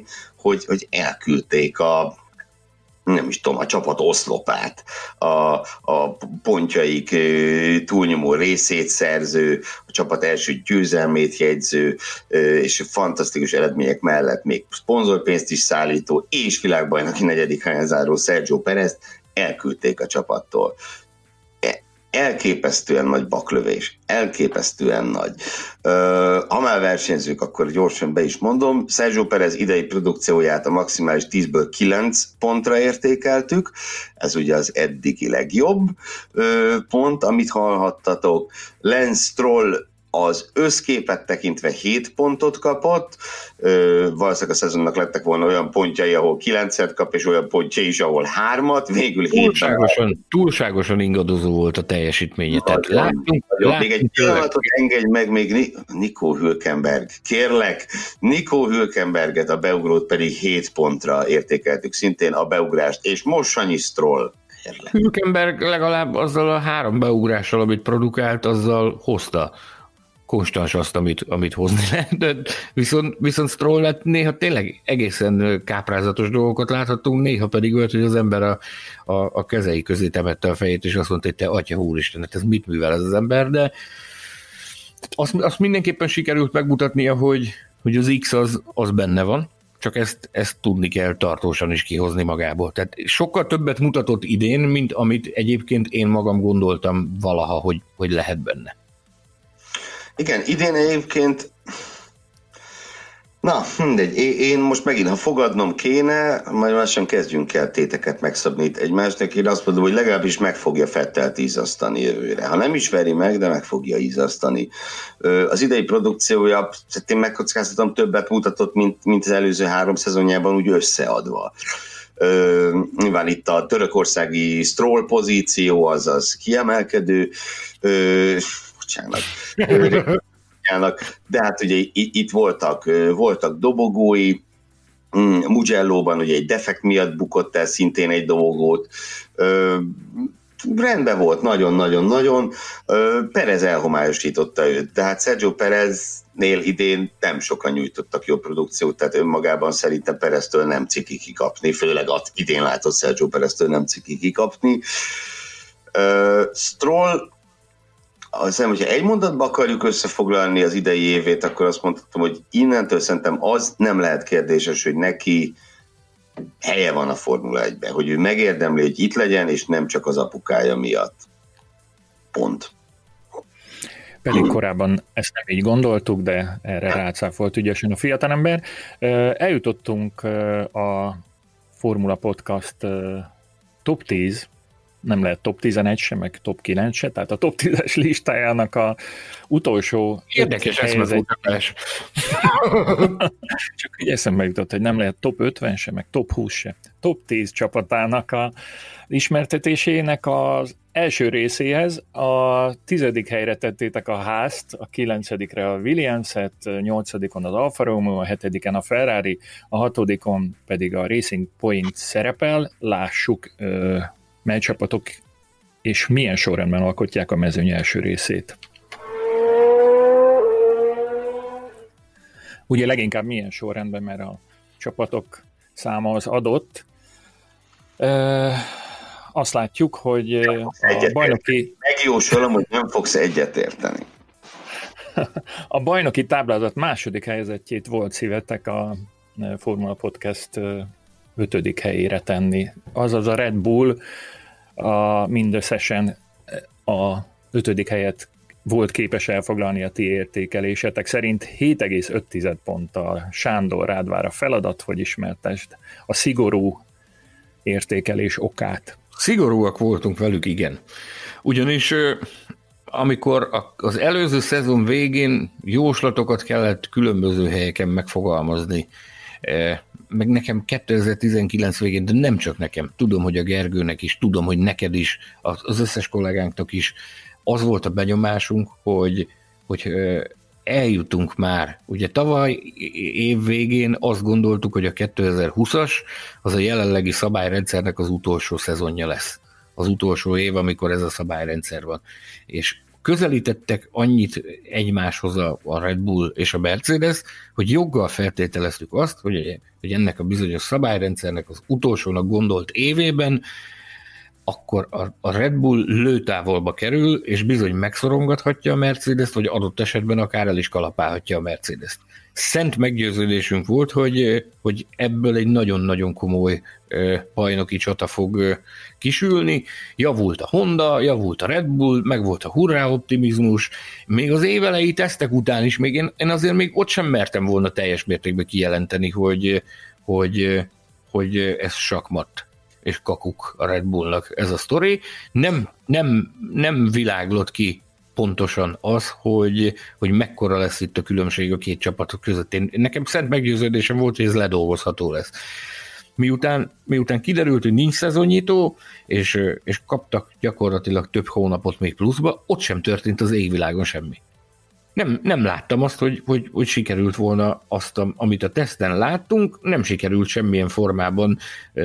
Speaker 4: hogy, hogy elküldték a nem is tudom, a csapat oszlopát, a, a pontjaik túlnyomó részét szerző, a csapat első győzelmét jegyző, és fantasztikus eredmények mellett még szponzorpénzt is szállító, és világbajnoki negyedik helyen záró Sergio Perezt elküldték a csapattól. Elképesztően nagy baklövés, elképesztően nagy. Ha már versenyzők, akkor gyorsan be is mondom, Sergio Perez idei produkcióját a maximális tízből kilenc pontra értékeltük, ez ugye az eddigi legjobb pont, amit hallhattatok. Lance Stroll az összképet tekintve hét pontot kapott, valószínűleg a szezonnak lettek volna olyan pontjai, ahol kilencet kap, és olyan pontjai is, ahol hármat, végül
Speaker 3: túlságosan, túlságosan ingadozó volt a teljesítménye. Tehát láttunk,
Speaker 4: láttunk, még egy pillanatot engedj meg, még Nico Hülkenberg. Kérlek, Nico Hülkenberget, a beugrót pedig hét pontra értékeltük szintén a beugrást, és most Sanyi Stroll. Kérlek.
Speaker 3: Hülkenberg legalább azzal a három beugrással, amit produkált, azzal hozta konstans azt, amit, amit hozni lehet, de viszont, viszont Stroll néha tényleg egészen káprázatos dolgokat láthatunk, néha pedig volt, hogy az ember a, a, a kezei közé temette a fejét, és azt mondta, hogy te atya úristen, hát ez mit művel ez az ember, de azt, azt mindenképpen sikerült megmutatnia, hogy, hogy az X az, az benne van, csak ezt, ezt tudni kell tartósan is kihozni magából. Tehát sokkal többet mutatott idén, mint amit egyébként én magam gondoltam valaha, hogy, hogy lehet benne.
Speaker 4: Igen, idén egyébként, na mindegy, én most megint, ha fogadnom kéne, majd lassan kezdjünk el téteket megszabni itt egymásnak, én azt mondom, hogy legalábbis meg fogja Vettelt ízasztani jövőre. Ha nem is veri meg, de meg fogja ízasztani. Az idei produkciója, én megkockáztatom, többet mutatott, mint, mint az előző három szezonjában úgy összeadva. Uh, nyilván itt a törökországi Stroll pozíció, azaz kiemelkedő, uh, bocsánat, de hát ugye itt voltak, voltak dobogói, Mugello-ban ugye egy defekt miatt bukott el szintén egy dobogót, rendben volt, nagyon-nagyon-nagyon, Perez elhomályosította őt, tehát Sergio Pereznél idén nem sokan nyújtottak jó produkciót, tehát önmagában szerintem Pereztől nem ciki kikapni, főleg idén látott Sergio Pereztől nem ciki kikapni. Stroll, azt hiszem, hogyha egy mondatba akarjuk összefoglalni az idei évét, akkor azt mondhatom, hogy innentől szerintem az nem lehet kérdéses, hogy neki helye van a Formula egyben, hogy ő megérdemli, hogy itt legyen, és nem csak az apukája miatt. Pont.
Speaker 2: Pedig korábban ezt nem így gondoltuk, de erre rácáfolt ügyesen a fiatalember. Eljutottunk a Formula Podcast top tíz, nem lehet top tizenegy se, meg top kilenc se, tehát a top tízes listájának a utolsó...
Speaker 3: Érdekes eszmefoglalás.
Speaker 2: Csak így eszembe jutott, hogy nem lehet top ötven se, meg top húsz se. Top tíz csapatának a ismertetésének az első részéhez a tizedik helyre tettétek a Haast, a kilencedikre a Williams-et, nyolcadikon az Alfa Romeo, a hetediken a Ferrari, a hatodikon pedig a Racing Point szerepel. Lássuk, mely csapatok és milyen sorrendben alkotják a mezőny első részét. Ugye leginkább milyen sorrendben, mert a csapatok száma az adott. E, azt látjuk, hogy a bajnoki...
Speaker 4: Megjósolom, hogy nem fogsz egyetérteni.
Speaker 2: A bajnoki táblázat második helyezettjét volt szívetek a Formula Podcast ötödik helyére tenni. Azaz a Red Bull a mindösszesen a ötödik helyet volt képes elfoglalni a ti értékelésetek szerint hét egész öt ponttal. Sándor, rád vár a feladat, hogy ismertesd a szigorú értékelés okát.
Speaker 3: Szigorúak voltunk velük, igen. Ugyanis amikor az előző szezon végén jóslatokat kellett különböző helyeken megfogalmazni, meg nekem kétezer-tizenkilenc végén, de nem csak nekem, tudom, hogy a Gergőnek is, tudom, hogy neked is, az összes kollégánknak is, az volt a benyomásunk, hogy, hogy eljutunk már. Ugye tavaly év végén azt gondoltuk, hogy a kétezer-húszas az a jelenlegi szabályrendszernek az utolsó szezonja lesz. Az utolsó év, amikor ez a szabályrendszer van. És közelítettek annyit egymáshoz a, a Red Bull és a Mercedes, hogy joggal feltételeztük azt, hogy, hogy ennek a bizonyos szabályrendszernek az utolsónak gondolt évében akkor a, a Red Bull lőtávolba kerül, és bizony megszorongathatja a Mercedes-t, vagy adott esetben akár el is kalapálhatja a Mercedes-t. Szent meggyőződésünk volt, hogy, hogy ebből egy nagyon-nagyon komoly bajnoki csata fog kisülni. Javult a Honda, javult a Red Bull, meg volt a hurrá optimizmus. Még az évelei tesztek után is, még én, én azért még ott sem mertem volna teljes mértékben kijelenteni, hogy, hogy, hogy ez sakmat és kakuk a Red Bullnak ez a sztori. Nem, nem, nem világlott ki pontosan az, hogy, hogy mekkora lesz itt a különbség a két csapatok között. Én, nekem szent meggyőződésem volt, hogy ez ledolgozható lesz. Miután, miután kiderült, hogy nincs szezonnyitó, és, és kaptak gyakorlatilag több hónapot még pluszba, ott sem történt az égvilágon semmi. Nem, nem láttam azt, hogy, hogy, hogy sikerült volna azt, amit a teszten láttunk, nem sikerült semmilyen formában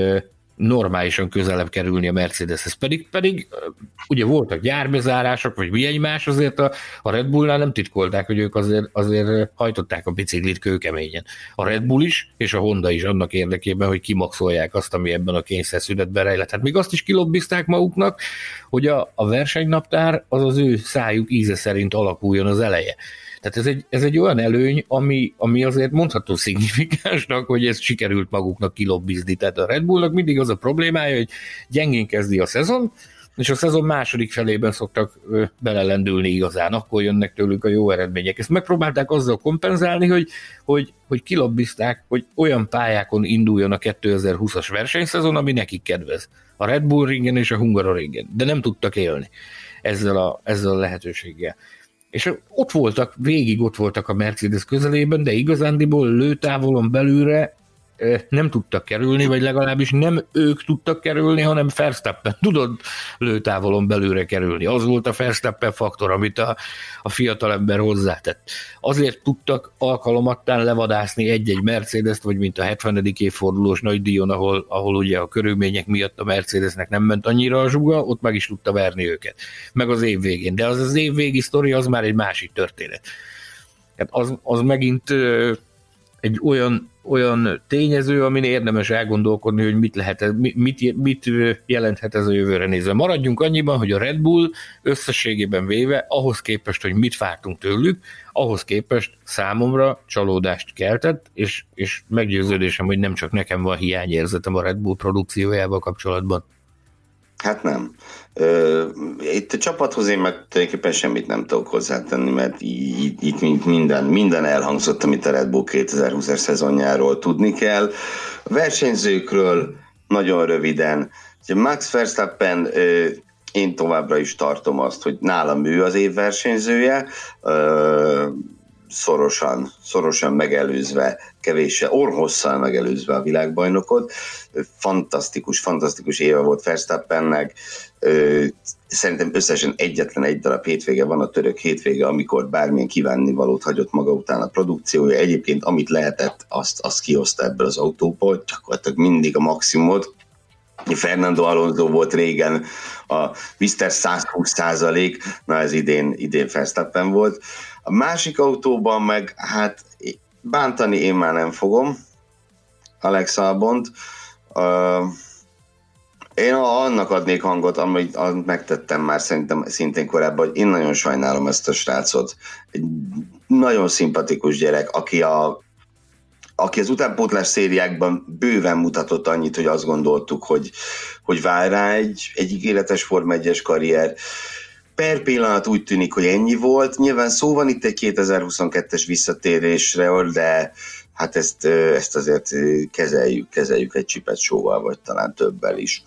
Speaker 3: normálisan közelebb kerülni a Mercedeshez. Pedig, pedig ugye voltak gyárbezárások, vagy mi egymás, azért a, a Red Bullnál nem titkolták, hogy ők azért, azért hajtották a biciklit kőkeményen. A Red Bull is, és a Honda is annak érdekében, hogy kimaxolják azt, ami ebben a kényszerszünetben rejlett. Hát még azt is kilobbizták maguknak, hogy a, a versenynaptár az az ő szájuk íze szerint alakuljon az eleje. Tehát ez egy, ez egy olyan előny, ami, ami azért mondható szignifikánsnak, hogy ezt sikerült maguknak kilobbizni. Tehát a Red Bullnak mindig az a problémája, hogy gyengén kezdi a szezon, és a szezon második felében szoktak belelendülni igazán, akkor jönnek tőlük a jó eredmények. Ezt megpróbálták azzal kompenzálni, hogy, hogy, hogy kilobbizták, hogy olyan pályákon induljon a kétezer-húszas versenyszezon, ami nekik kedvez. A Red Bull ringen és a Hungaroringen, de nem tudtak élni ezzel a, ezzel a lehetőséggel. És ott voltak, végig ott voltak a Mercedes közelében, de igazándiból lőtávolon belülre nem tudtak kerülni, vagy legalábbis nem ők tudtak kerülni, hanem Verstappen tudott lőtávolon belülre kerülni. Az volt a Verstappen faktor, amit a, a fiatalember hozzátett. Azért tudtak alkalomattán levadászni egy-egy Mercedes-t, vagy mint a hetvenedik évfordulós nagydíjon, ahol, ahol ugye a körülmények miatt a Mercedesnek nem ment annyira a zsuga, ott meg is tudta verni őket. Meg az év végén. De az az év végi sztori, az már egy másik történet. Hát az, az megint egy olyan olyan tényező, amin érdemes elgondolkodni, hogy mit, lehet, mit, mit jelenthet ez a jövőre nézve. Maradjunk annyiban, hogy a Red Bull összességében véve, ahhoz képest, hogy mit vártunk tőlük, ahhoz képest számomra csalódást keltett, és, és meggyőződésem, hogy nem csak nekem van hiányérzetem a Red Bull produkciójával kapcsolatban.
Speaker 4: Hát nem. Itt a csapathoz én meg tulajdonképpen semmit nem tudok hozzátenni, mert itt minden, minden elhangzott, amit a Red Bull kétezer-húszas szezonjáról tudni kell. A versenyzőkről nagyon röviden. Max Verstappen, én továbbra is tartom azt, hogy nálam ő az év versenyzője, szorosan, szorosan megelőzve, kevéssel, orrhosszal megelőzve a világbajnokot. Fantasztikus, fantasztikus éve volt Verstappennek. Szerintem összesen egyetlen egy darab hétvége van, a török hétvége, amikor bármilyen kívánnivalót hagyott maga után a produkciója. Egyébként amit lehetett, azt, azt kihozta ebből az autóból, gyakorlatilag mindig a maximumot. Fernando Alonso volt régen a miszter százhúsz százalék, na ez idén, idén Verstappen volt. A másik autóban meg, hát bántani én már nem fogom Alex Albont. Uh, én annak adnék hangot, amit, amit megtettem már szerintem szintén korábban, hogy én nagyon sajnálom ezt a srácot. Egy nagyon szimpatikus gyerek, aki a aki az utánpótlás szériákban bőven mutatott annyit, hogy azt gondoltuk, hogy, hogy vár rá egy, egy ígéretes Forma egyes karrier. Per pillanat úgy tűnik, hogy ennyi volt. Nyilván szó van itt egy kétezer-huszonkettes visszatérésről, de hát ezt, ezt azért kezeljük, kezeljük egy csipet sóval, vagy talán többel is.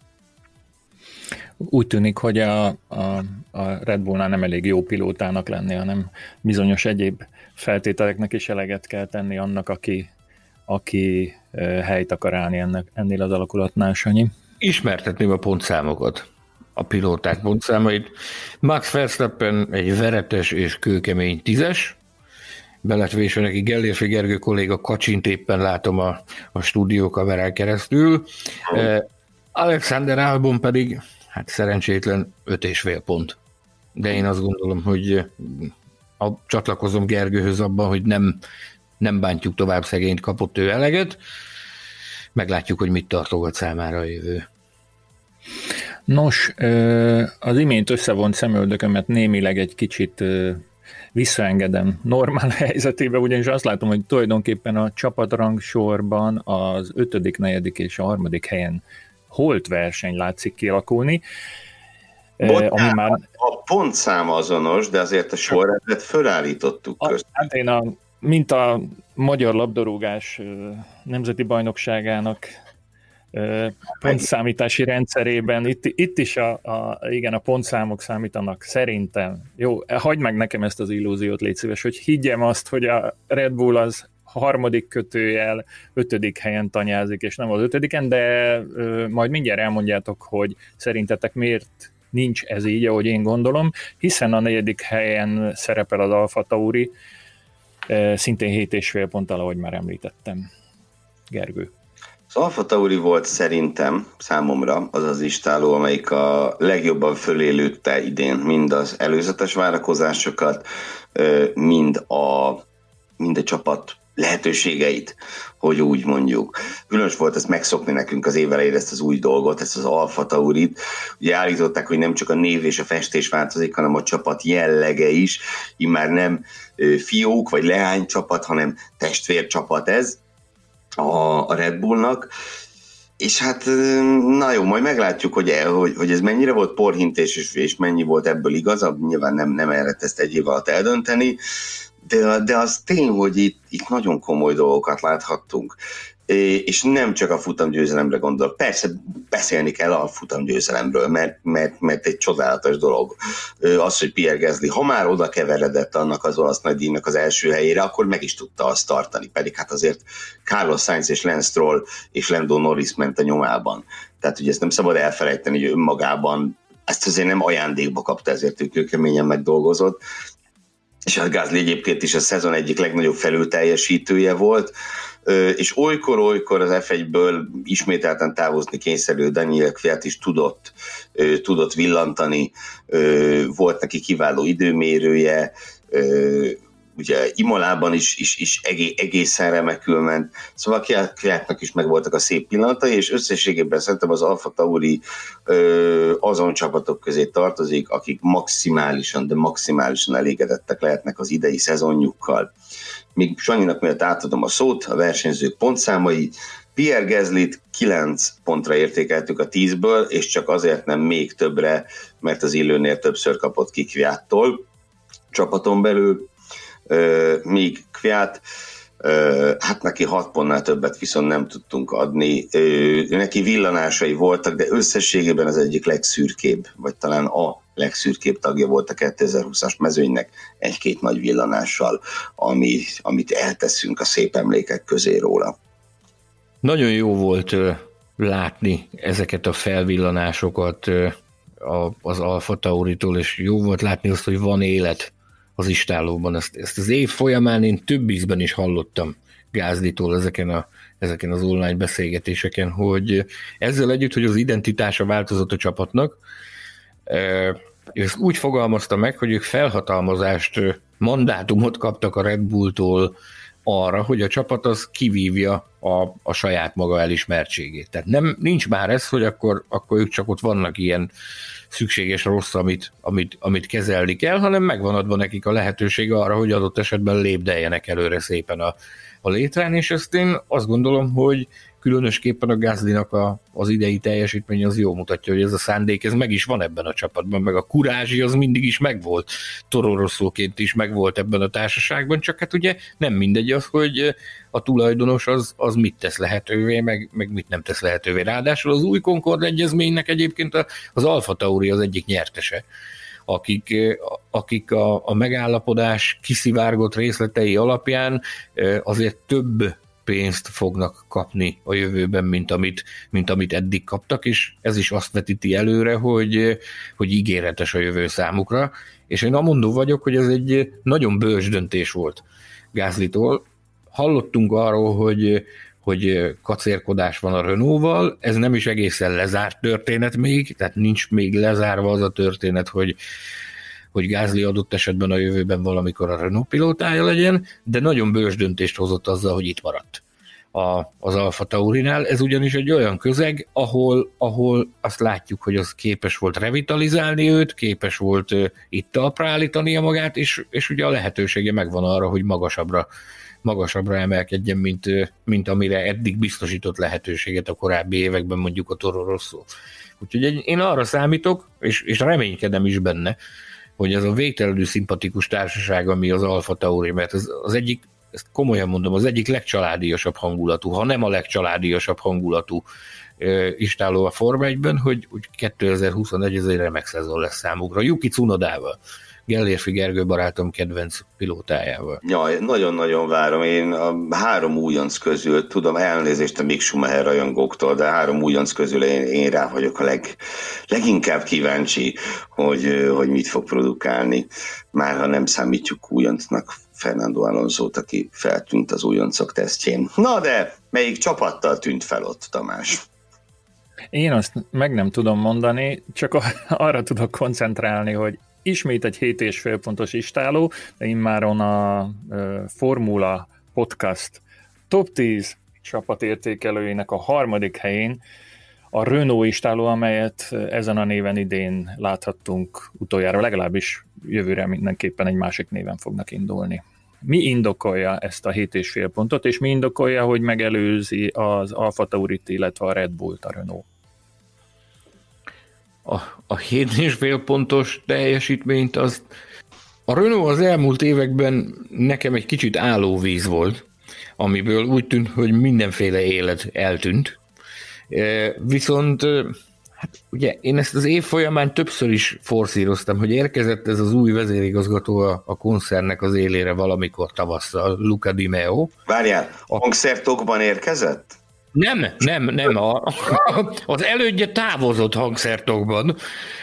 Speaker 2: Úgy tűnik, hogy a, a, a Red Bullnál nem elég jó pilótának lenni, hanem bizonyos egyéb feltételeknek is eleget kell tenni annak, aki, aki helyt akar állni ennek, ennél az alakulatnál, Sanyi.
Speaker 3: Ismertetném a pontszámokat, a pilóták pontszámait. Max Verstappen egy veretes és kőkemény tízes, beletvésve neki Gellérfi Gergő kolléga kacsint éppen látom a, a stúdiókamerán keresztül. Uh, Alexander Albon pedig hát szerencsétlen öt és fél pont. de én azt gondolom, hogy a, csatlakozom Gergőhöz abban, hogy nem, nem bántjuk tovább szegényt, kapott ő eleget, meglátjuk, hogy mit tartogat számára a jövő.
Speaker 2: Nos, az imént összevont szemöldökömet némileg egy kicsit visszaengedem normál helyzetébe, ugyanis azt látom, hogy tulajdonképpen a csapatrangsorban az ötödik, negyedik és a harmadik helyen holt verseny látszik kialakulni.
Speaker 4: Bocsánat,
Speaker 2: ami már...
Speaker 4: a pontszám azonos, de azért a sorrendet fölállítottuk
Speaker 2: közt. Hát én a, mint a Magyar Labdarúgás Nemzeti Bajnokságának pontszámítási rendszerében, itt, itt is a, a, igen, a pontszámok számítanak szerintem. Jó, hagyd meg nekem ezt az illúziót, légy szíves, hogy higgyem azt, hogy a Red Bull az harmadik kötőjel ötödik helyen tanyázik, és nem az ötödiken, de ö, majd mindjárt elmondjátok, hogy szerintetek miért nincs ez így, ahogy én gondolom, hiszen a negyedik helyen szerepel az Alfa Tauri, ö, szintén hét és fél ponttal, ahogy már említettem. Gergő.
Speaker 4: Az Alfa Tauri volt szerintem számomra az az istáló, amelyik a legjobban fölélődte idén mind az előzetes várakozásokat, mind a, mind a csapat lehetőségeit, hogy úgy mondjuk. Különös volt ezt megszokni nekünk az év elején, ezt az új dolgot, ezt az Alfa Taurit. Ugye állították, hogy nem csak a név és a festés változik, hanem a csapat jellege is. Immár nem fiók vagy leánycsapat, hanem testvércsapat ez a Red Bullnak, és hát na jó, majd meglátjuk, hogy, el, hogy, hogy ez mennyire volt porhintés, és, és mennyi volt ebből igazabb, nyilván nem, nem lehet ezt egy év alatt eldönteni, de, de az tény, hogy itt, itt nagyon komoly dolgokat láthattunk, és nem csak a futamgyőzelemre gondolok. Persze beszélni kell a futamgyőzelemről, mert, mert, mert egy csodálatos dolog az, hogy Pierre Gasly, ha már oda keveredett annak az olasz nagydíjnak az első helyére, akkor meg is tudta azt tartani, pedig hát azért Carlos Sainz és Lance Stroll és Lando Norris ment a nyomában. Tehát ugye ezt nem szabad elfelejteni, hogy önmagában ezt azért nem ajándékba kapta, ezért ő kőkeményen megdolgozott, és a Gasly egyébként is a szezon egyik legnagyobb felülteljesítője volt, és olykor-olykor az ef egyből ismételten távozni kényszerű Daniel Kvyat is tudott, tudott villantani, volt neki kiváló időmérője, ugye Imolában is, is, is egészen remekül ment, szóval Kvyatnak is megvoltak a szép pillanatai, és összességében szerintem az Alfa Tauri azon csapatok közé tartozik, akik maximálisan, de maximálisan elégedettek lehetnek az idei szezonjukkal. Még Sanyinak miatt átadom a szót, a versenyzők pontszámai. Pierre Gaslyt kilenc pontra értékeltük a tízből, és csak azért nem még többre, mert az illőnél többször kapott ki Kvyáttól csapaton belül, míg Kvyat, hát neki hat pontnál többet viszont nem tudtunk adni. Neki villanásai voltak, de összességében az egyik legszürkébb, vagy talán a legszürkébb tagja volt a kétezer-húszas mezőnynek, egy-két nagy villanással, ami, amit elteszünk a szép emlékek közé róla.
Speaker 3: Nagyon jó volt látni ezeket a felvillanásokat az Alfa Tauritól, és jó volt látni azt, hogy van élet az istállóban. Ezt, ezt az év folyamán én több ízben is hallottam Gaslytól ezeken, a, ezeken az online beszélgetéseken, hogy ezzel együtt, hogy az identitása változott a csapatnak, és úgy fogalmazta meg, hogy ők felhatalmazást, mandátumot kaptak a Red Bulltól arra, hogy a csapat az kivívja a, a saját maga elismertségét. Tehát nem, nincs már ez, hogy akkor, akkor ők csak ott vannak ilyen szükséges rossz, amit, amit, amit kezelni kell, hanem megvan adva nekik a lehetőség arra, hogy adott esetben lépdeljenek előre szépen a, a létrán, és ezt én azt gondolom, hogy különösképpen a Gaslynak a, az idei teljesítmény az jól mutatja, hogy ez a szándék, ez meg is van ebben a csapatban, meg a kurázsi az mindig is megvolt, Toro Rosszóként is megvolt ebben a társaságban, csak hát ugye nem mindegy az, hogy a tulajdonos az, az mit tesz lehetővé, meg, meg mit nem tesz lehetővé. Ráadásul az új Concord egyezménynek egyébként az Alfa Tauri az egyik nyertese, akik, akik a, a megállapodás kiszivárgott részletei alapján azért több pénzt fognak kapni a jövőben, mint amit, mint amit eddig kaptak, és ez is azt vetíti előre, hogy, hogy ígéretes a jövő számukra, és én amondó vagyok, hogy ez egy nagyon bölcs döntés volt Gaslytól. Hallottunk arról, hogy, hogy kacérkodás van a Renault-val, ez nem is egészen lezárt történet még, tehát nincs még lezárva az a történet, hogy hogy Gasly adott esetben a jövőben valamikor a Renault pilótája legyen, de nagyon bölcs döntést hozott azzal, hogy itt maradt a, az Alfa Taurinál. Ez ugyanis egy olyan közeg, ahol, ahol azt látjuk, hogy az képes volt revitalizálni őt, képes volt uh, itt talpra állítania magát, és, és ugye a lehetősége megvan arra, hogy magasabbra magasabbra emelkedjen, mint, mint amire eddig biztosított lehetőséget a korábbi években, mondjuk a Toro Rosso. Úgyhogy én arra számítok, és, és reménykedem is benne, hogy ez a végtelenül szimpatikus társaság, ami az Alfa Tauri, mert ez az egyik, ezt komolyan mondom, az egyik legcsaládíjasabb hangulatú, ha nem a legcsaládíjasabb hangulatú istáló a Forma egyben, hogy, hogy kétezer-huszonegy ez egy remek szezon lesz számukra. Yuki Tsunodával, Gellérfi Gergő barátom kedvenc pilótájával.
Speaker 4: Jaj, nagyon-nagyon várom. Én a három újonc közül, tudom, elnézést a Mick Schumacher rajongóktól, de három újonc közül én, én rá vagyok a leg, leginkább kíváncsi, hogy, hogy mit fog produkálni. Már ha nem számítjuk újoncnak Fernando Alonsót, aki feltűnt az újoncok tesztjén. Na de, melyik csapattal tűnt fel ott, Tamás?
Speaker 2: Én azt meg nem tudom mondani, csak arra tudok koncentrálni, hogy ismét egy hét és fél pontos istáló, de immáron a Formula Podcast top tíz csapatértékelőinek a harmadik helyén a Renault istáló, amelyet ezen a néven idén láthattunk utoljára, legalábbis jövőre mindenképpen egy másik néven fognak indulni. Mi indokolja ezt a hét és fél pontot, és mi indokolja, hogy megelőzi az Alfa Taurit, illetve a Red Bullt a Renault?
Speaker 3: A, a hét és fél pontos teljesítményt, az a Renault az elmúlt években nekem egy kicsit állóvíz volt, amiből úgy tűnt, hogy mindenféle élet eltűnt. Viszont hát ugye én ezt az év folyamán többször is forszíroztam, hogy érkezett ez az új vezérigazgató a, a koncernek az élére valamikor tavasszal, Luca Di Meo.
Speaker 4: Várjál, a hangszertokban érkezett?
Speaker 3: Nem, nem, nem. A, az elődje távozott hangszertokban,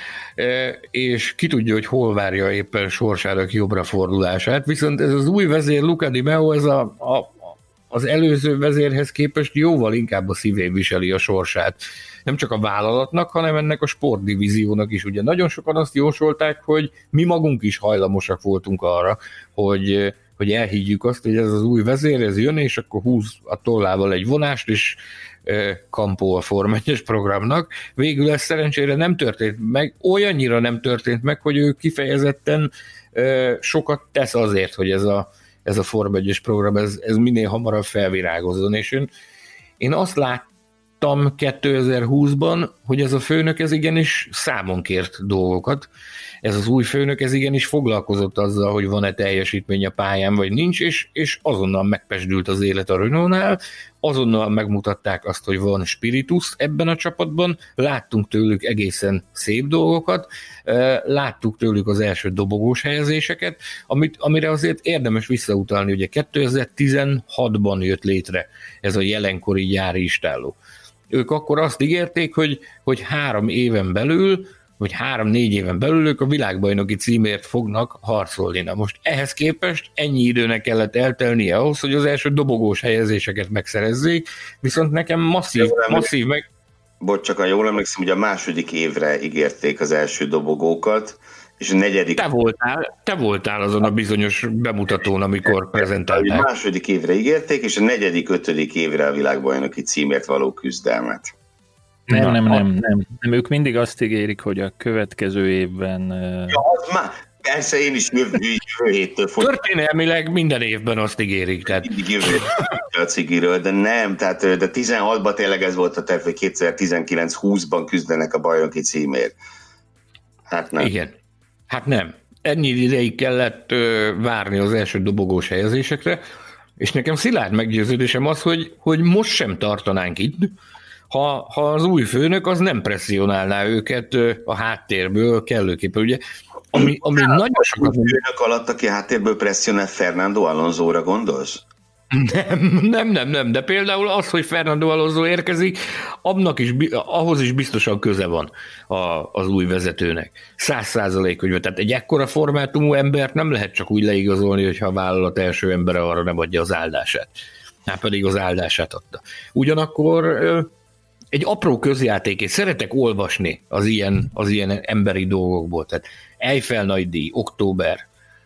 Speaker 3: és ki tudja, hogy hol várja éppen sorsának jobbra fordulását, viszont ez az új vezér, Luca Di Meo, ez a, a, az előző vezérhez képest jóval inkább a szívén viseli a sorsát. Nem csak a vállalatnak, hanem ennek a sportdivíziónak is. Ugye nagyon sokan azt jósolták, hogy mi magunk is hajlamosak voltunk arra, hogy hogy elhiggyük azt, hogy ez az új vezér, ez jön, és akkor húz a tollával egy vonást, és e, kampó a Forma egyes programnak. Végül ez szerencsére nem történt meg, olyannyira nem történt meg, hogy ő kifejezetten e, sokat tesz azért, hogy ez a, ez a Forma egyes program, ez, ez minél hamarabb felvirágozzon, és én, én azt láttam kétezer-húszban, hogy ez a főnök, ez igenis számon kért dolgokat. Ez az új főnök, ez igenis foglalkozott azzal, hogy van-e teljesítmény a pályán, vagy nincs, és, és azonnal megpesdült az élet a Renault-nál, azonnal megmutatták azt, hogy van spiritus ebben a csapatban, láttunk tőlük egészen szép dolgokat, láttuk tőlük az első dobogós helyezéseket, amit, amire azért érdemes visszautalni, ugye kétezer-tizenhatban jött létre ez a jelenkori gyári istálló. Ők akkor azt ígérték, hogy, hogy három éven belül hogy három-négy éven belül ők a világbajnoki címért fognak harcolni. Na most ehhez képest ennyi időnek kellett eltelnie ahhoz, hogy az első dobogós helyezéseket megszerezzék, viszont nekem masszív, masszív meg...
Speaker 4: Bocs, csak jól emlékszem, hogy a második évre ígérték az első dobogókat, és a negyedik...
Speaker 3: Te voltál, te voltál azon a bizonyos bemutatón, amikor prezentálták.
Speaker 4: A második évre ígérték, és a negyedik, ötödik évre a világbajnoki címért való küzdelmet.
Speaker 2: Nem, nem, nem, nem, nem. Ők mindig azt ígérik, hogy a következő évben...
Speaker 4: Ja, az már, persze én is jövő, jövő héttől
Speaker 3: folyam. Történelmileg minden évben azt ígérik. Tehát...
Speaker 4: Mindig jövő a cigiről, de nem, tehát de tizenhatban tényleg ez volt a terv, hogy kétezer-tizenkilenc-húszban küzdenek a bajnoki címért. Hát nem.
Speaker 3: Igen, hát nem. Ennyi ideig kellett ö, várni az első dobogós helyezésekre, és nekem szilárd meggyőződésem az, hogy, hogy most sem tartanánk itt, Ha, ha az új főnök az nem presszionálná őket a háttérből kellőképpen, ugye, ami, ami hát, nagyon sokat...
Speaker 4: A főnök alatt, aki háttérből presszionál, Fernando Alonsóra gondolsz?
Speaker 3: Nem, nem, nem, nem, de például az, hogy Fernando Alonso érkezik, annak is, ahhoz is biztosan köze van a, az új vezetőnek. Száz százalék, hogy tehát egy ekkora formátumú embert nem lehet csak úgy leigazolni, hogyha a vállalat első embere arra nem adja az áldását. Hát pedig az áldását adta. Ugyanakkor egy apró közjáték, és szeretek olvasni az ilyen, az ilyen emberi dolgokból. Tehát Eiffel nagydíj, október,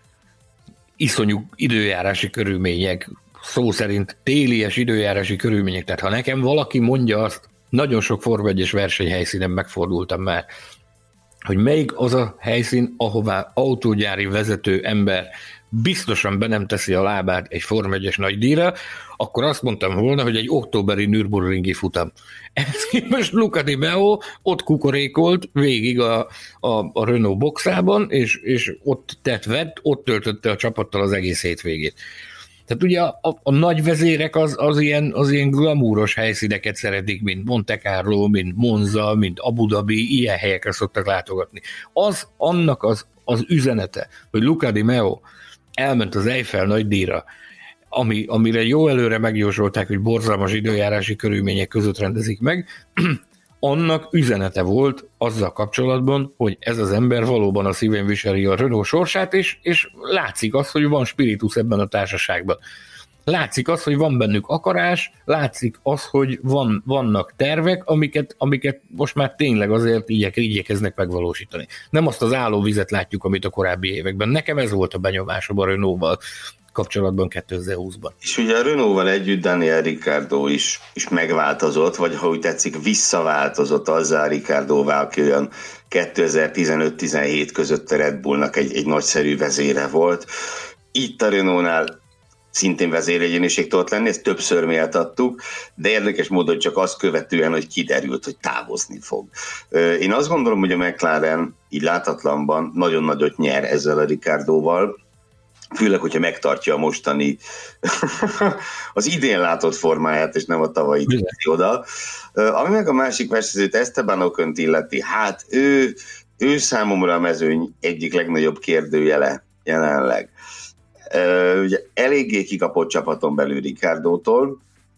Speaker 3: iszonyú időjárási körülmények, szó szerint télies időjárási körülmények. Tehát ha nekem valaki mondja azt, nagyon sok Forma egyes versenyhelyszínen megfordultam már, hogy melyik az a helyszín, ahová autógyári vezető ember biztosan be nem teszi a lábát egy Forma egyes nagydíjra, akkor azt mondtam volna, hogy egy októberi Nürburgringi futam. Ez képest Luca Di Meo ott kukorékolt végig a, a, a Renault boxában, és, és ott tett vett, ott töltötte a csapattal az egész hétvégét. Tehát ugye a, a, a nagy vezérek az, az, ilyen, az ilyen glamúros helyszíneket szeretik, mint Monte Carlo, mint Monza, mint Abu Dhabi, ilyen helyekre szoktak látogatni. Az annak az, az üzenete, hogy Luca Di Meo elment az Eiffel nagydíjra, ami, amire jó előre megjósolták, hogy borzalmas időjárási körülmények között rendezik meg, annak üzenete volt azzal kapcsolatban, hogy ez az ember valóban a szívén viseli a Renault sorsát, és, és látszik az, hogy van spiritus ebben a társaságban. Látszik az, hogy van bennük akarás, látszik az, hogy van, vannak tervek, amiket, amiket most már tényleg azért igyek, igyekeznek megvalósítani. Nem azt az állóvizet látjuk, amit a korábbi években. Nekem ez volt a benyomásom a Renault-val kapcsolatban kétezer-húszban.
Speaker 4: És ugye a Renault-val együtt Daniel Ricciardo is, is megváltozott, vagy ha úgy tetszik, visszaváltozott azzal Ricciardóvá, aki olyan kétezer-tizenöt-tizenhét között a Red Bullnak egy, egy nagyszerű vezére volt. Itt a Renault-nál szintén vezéregyéniség tudott lenni, ezt többször méltattuk, de érdekes módon csak azt követően, hogy kiderült, hogy távozni fog. Én azt gondolom, hogy a McLaren így látatlanban nagyon nagyot nyer ezzel a Ricciardóval, főleg, hogyha megtartja a mostani az idén látott formáját, és nem a tavalyi oda. Ami meg a másik versenyzőt, Esteban Ocont illeti, hát ő, ő számomra a mezőny egyik legnagyobb kérdőjele jelenleg. Ugye eléggé kikapott csapaton belül Ricciardótól,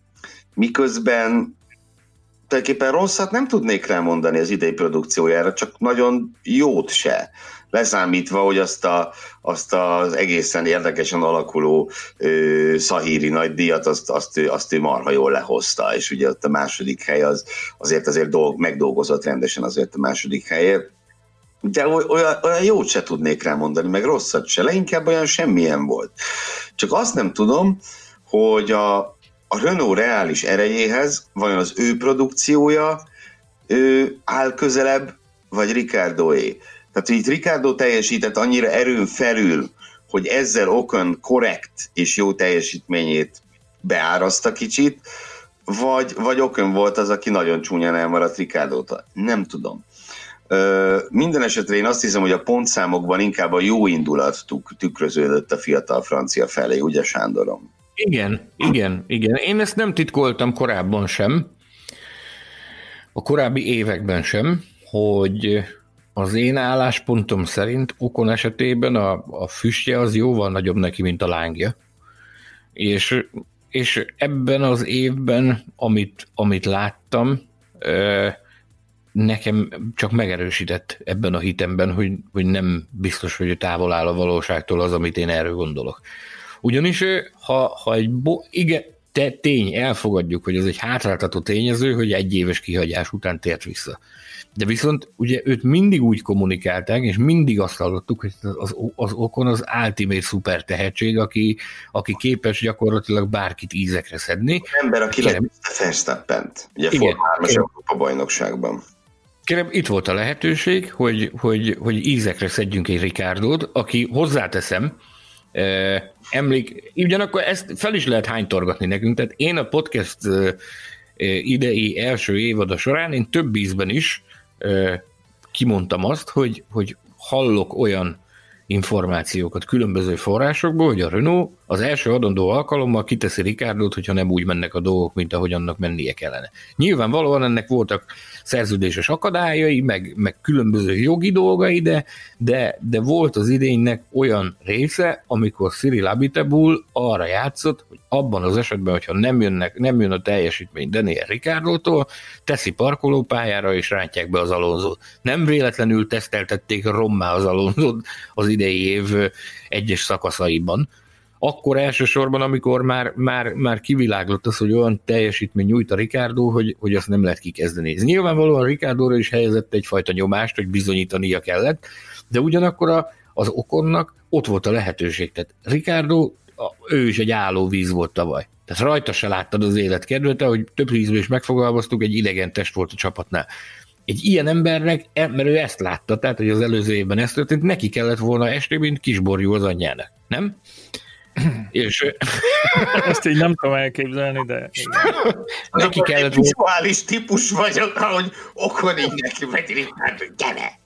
Speaker 4: miközben tulajdonképpen rosszat nem tudnék rá mondani az idei produkciójára, csak nagyon jót se. Leszámítva, hogy azt, a, azt az egészen érdekesen alakuló ö, Szahíri nagydíjat, azt, azt, ő, azt ő marha jól lehozta, és ugye ott a második hely az, azért azért dolg, megdolgozott rendesen azért a második helyért. De olyan, olyan jót se tudnék rá mondani, meg rosszat se, leginkább olyan semmilyen volt. Csak azt nem tudom, hogy a, a Renault reális erejéhez vajon az ő produkciója ő áll közelebb, vagy Ricciardóé. Tehát, hogy itt Ricciardo teljesített annyira erőn felül, hogy ezzel Ocon korrekt és jó teljesítményét beáraszta kicsit, vagy, vagy Ocon volt az, aki nagyon csúnyán elmaradt Ricciardótól. Nem tudom. Ö, minden esetre én azt hiszem, hogy a pontszámokban inkább a jó indulat tükröződött a fiatal francia felé, ugye Sándorom?
Speaker 3: Igen, igen, igen. Én ezt nem titkoltam korábban sem, a korábbi években sem, hogy az én álláspontom szerint Ocon esetében a, a füstje az jóval nagyobb neki, mint a lángja. És, és ebben az évben, amit, amit láttam, nekem csak megerősített ebben a hitemben, hogy, hogy nem biztos, hogy távol áll a valóságtól az, amit én erről gondolok. Ugyanis ha, ha egy bo- igen, te, tény, elfogadjuk, hogy ez egy hátráltató tényező, hogy egy éves kihagyás után tért vissza. De viszont ugye őt mindig úgy kommunikálták, és mindig azt hallottuk, hogy az, az Ocon az ultimate szuper tehetség, aki, aki képes gyakorlatilag bárkit ízekre szedni.
Speaker 4: Az ember, aki legyőzte Verstappent, ugye Forma hármas Európa bajnokságban.
Speaker 3: Kérem, itt volt a lehetőség, hogy, hogy, hogy ízekre szedjünk egy Ricciardót, aki hozzáteszem, eh, emlék, ugyanakkor ezt fel is lehet hánytorgatni nekünk, tehát én a podcast eh, idei első évada során én több ízben is eh, kimondtam azt, hogy, hogy hallok olyan információkat különböző forrásokból, hogy a Renault az első adandó alkalommal kiteszi Ricciardót, hogyha nem úgy mennek a dolgok, mint ahogy annak mennie kellene. Nyilvánvalóan ennek voltak szerződéses akadályai, meg, meg különböző jogi dolgai, de, de, de volt az idénynek olyan része, amikor Cyril Abiteboul arra játszott, hogy abban az esetben, hogyha nem, jönnek, nem jön a teljesítmény Daniel Ricciardótól, teszi parkolópályára és rántják be az Alonsót. Nem véletlenül teszteltették rommá az Alonsót az idei év egyes szakaszaiban, akkor elsősorban, amikor már, már, már kiviláglott az, hogy olyan teljesítmény nyújt a Ricciardo, hogy, hogy azt nem lehet kikezdeni. Ez nyilvánvalóan Ricciardóra is helyezett egyfajta nyomást, hogy bizonyítania kellett, de ugyanakkor a, az Oconnak ott volt a lehetőség. Tehát Ricciardo, ő is egy állóvíz volt tavaly. Tehát rajta se láttad az élet kedvet, ahogy több ízben is megfogalmaztuk, egy idegen test volt a csapatnál. Egy ilyen embernek, mert ő ezt látta, tehát hogy az előző évben ez történt, neki kellett volna esni, mint kisborjú az anyjának, nem? És
Speaker 2: ezt így nem tudom elképzelni, de
Speaker 4: neki kellett volna... Visuális típus vagyok, ahogy Ocon így neki megy, gyere!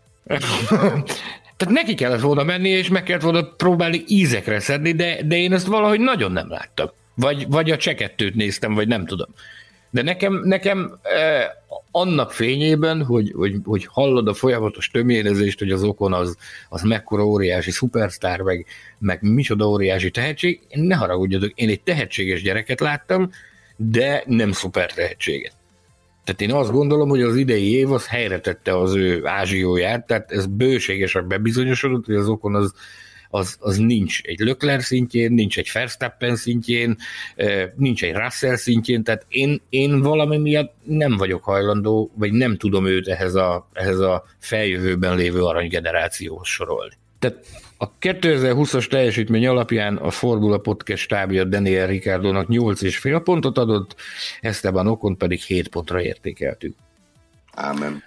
Speaker 3: Tehát neki kellett volna menni, és meg kellett volna próbálni ízekre szedni, de, de én ezt valahogy nagyon nem láttam. Vagy, vagy a csekettőt néztem, vagy nem tudom. De nekem, nekem eh, annak fényében, hogy, hogy, hogy hallod a folyamatos tömérezést, hogy az Ocon az, az mekkora óriási szupersztár, meg, meg micsoda óriási tehetség, én ne haragudjatok, én egy tehetséges gyereket láttam, de nem szuper tehetséget. Tehát én azt gondolom, hogy az idei év az helyre tette az ő ázsióját, tehát ez bőségesen bebizonyosodott, hogy az Ocon az, az, az nincs egy Leclerc szintjén, nincs egy Verstappen szintjén, nincs egy Russell szintjén, tehát én, én valami miatt nem vagyok hajlandó, vagy nem tudom őt ehhez a, ehhez a feljövőben lévő aranygenerációhoz sorolni. Tehát a kétezer-húszas teljesítmény alapján a Formula Podcast stábja Daniel Ricciardónak nyolc és fél pontot adott, Esteban Ocon pedig hét pontra értékeltük.
Speaker 4: Ámen.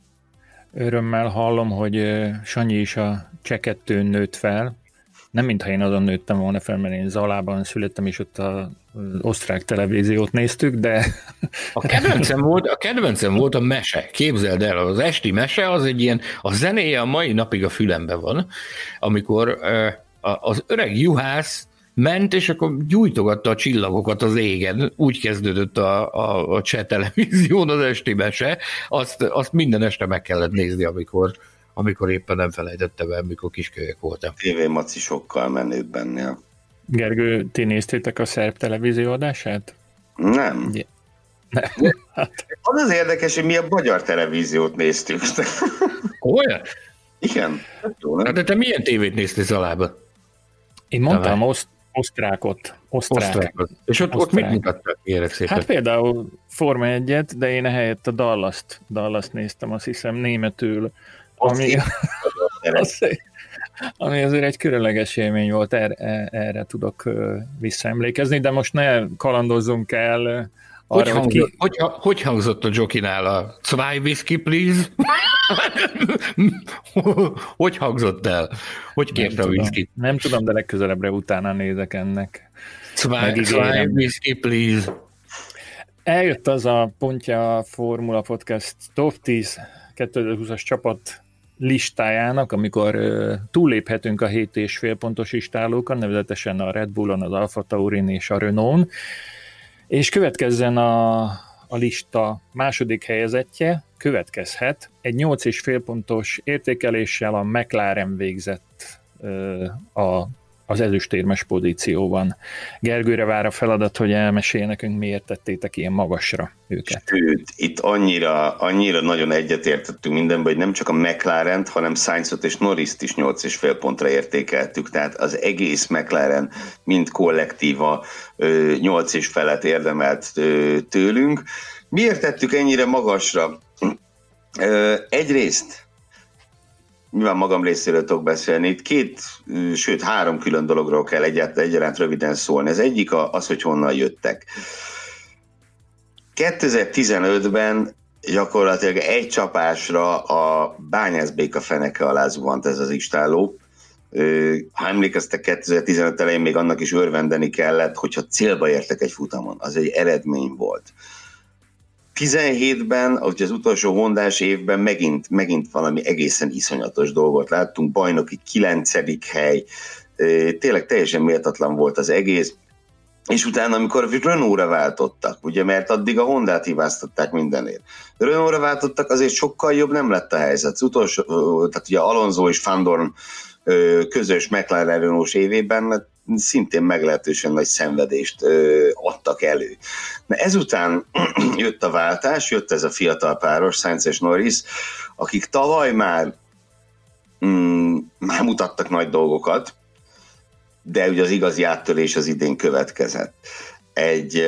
Speaker 2: Örömmel hallom, hogy Sanyi is a csekettőn nőtt fel. Nem mintha én azon nőttem volna fel, mert én Zalában születtem, és ott az osztrák televíziót néztük, de...
Speaker 3: A kedvencem volt, a kedvencem volt a mese. Képzeld el, az esti mese az egy ilyen, a zenéje a mai napig a fülemben van, amikor az öreg juhász ment, és akkor gyújtogatta a csillagokat az égen. Úgy kezdődött a, a, a cseh televízión az esti mese. Azt, azt minden este meg kellett nézni, amikor, amikor éppen nem felejtettem el, amikor kiskölyök voltam.
Speaker 4: té vé macisokkal menőbb bennél.
Speaker 2: Gergő, ti néztétek a szerb televízió adását?
Speaker 4: Nem.
Speaker 2: Yeah. Nem. Hát.
Speaker 4: Az az érdekes, hogy mi a magyar televíziót néztük.
Speaker 3: Olyan?
Speaker 4: Igen. Jó, nem?
Speaker 3: Hát de te milyen tévét néztél Zalában?
Speaker 2: Én mondtam oszt, osztrákot. Osztrák.
Speaker 3: Osztrákot. És ott, ott mit mutattak, kérek szépen?
Speaker 2: Hát például Forma egyet, de én ehelyett a Dallast, Dallast néztem, azt hiszem németül, ami, az, ami azért egy különleges élmény volt, erre, erre tudok visszaemlékezni, de most ne kalandozzunk el arra,
Speaker 3: hogy,
Speaker 2: hogy
Speaker 3: hangzott,
Speaker 2: ki...
Speaker 3: hogy, hogy hangzott a Jokinál a zwei whisky, please? Hogy hangzott el? Hogy kérte a whisky?
Speaker 2: Nem tudom, de legközelebbre utána nézek ennek.
Speaker 3: Zwei, zwei whisky, please.
Speaker 2: Eljött az a pontja a Formula Podcast Top tíz kétezer-húszas csapat listájának, amikor uh, túlléphetünk a hét és fél pontos istálókon, nevezetesen a Red Bullon, az Alfa Taurin és a Renault-n, és következzen a, a lista második helyezettje, következhet egy nyolc és fél pontos értékeléssel a McLaren végzett uh, a, az ezüstérmes pozícióban. Gergőre vár a feladat, hogy elmesélj nekünk, miért tettétek ilyen magasra őket.
Speaker 4: Sőt, itt annyira, annyira nagyon egyetértettünk mindenben, hogy nem csak a McLarent, hanem Sainzot és Norrist is nyolc és fél pontra értékeltük, tehát az egész McLaren, mind kollektíva nyolc és felett érdemelt tőlünk. Miért tettük ennyire magasra? Egyrészt nyilván magam részéről tudok beszélni. Itt két, sőt három külön dologról kell egyaránt röviden szólni. Ez egyik az, hogy honnan jöttek. kétezer-tizenötben gyakorlatilag egy csapásra a Bányászbéka feneke alá zuhant ez az istáló. Ha emlékeztek, kétezer-tizenöt elején még annak is örvendeni kellett, hogyha célba értek egy futamon. Az egy eredmény volt. tizenhétben, ahogy az utolsó hondás évben megint, megint valami egészen iszonyatos dolgot láttunk, bajnoki kilencedik hely, tényleg teljesen méltatlan volt az egész, és utána, amikor Renault-ra váltottak, ugye, mert addig a Hondát hibáztatták mindenért. Renault-ra váltottak, azért sokkal jobb nem lett a helyzet. Az utolsó, tehát ugye Alonso és Van Dorn közös McLaren Renault évében szintén meglehetősen nagy szenvedést ö, adtak elő. Na ezután jött a váltás, jött ez a fiatal páros, Sainz és Norris, akik tavaly már, mm, már mutattak nagy dolgokat, de ugye az igazi áttörés az idén következett. Egy,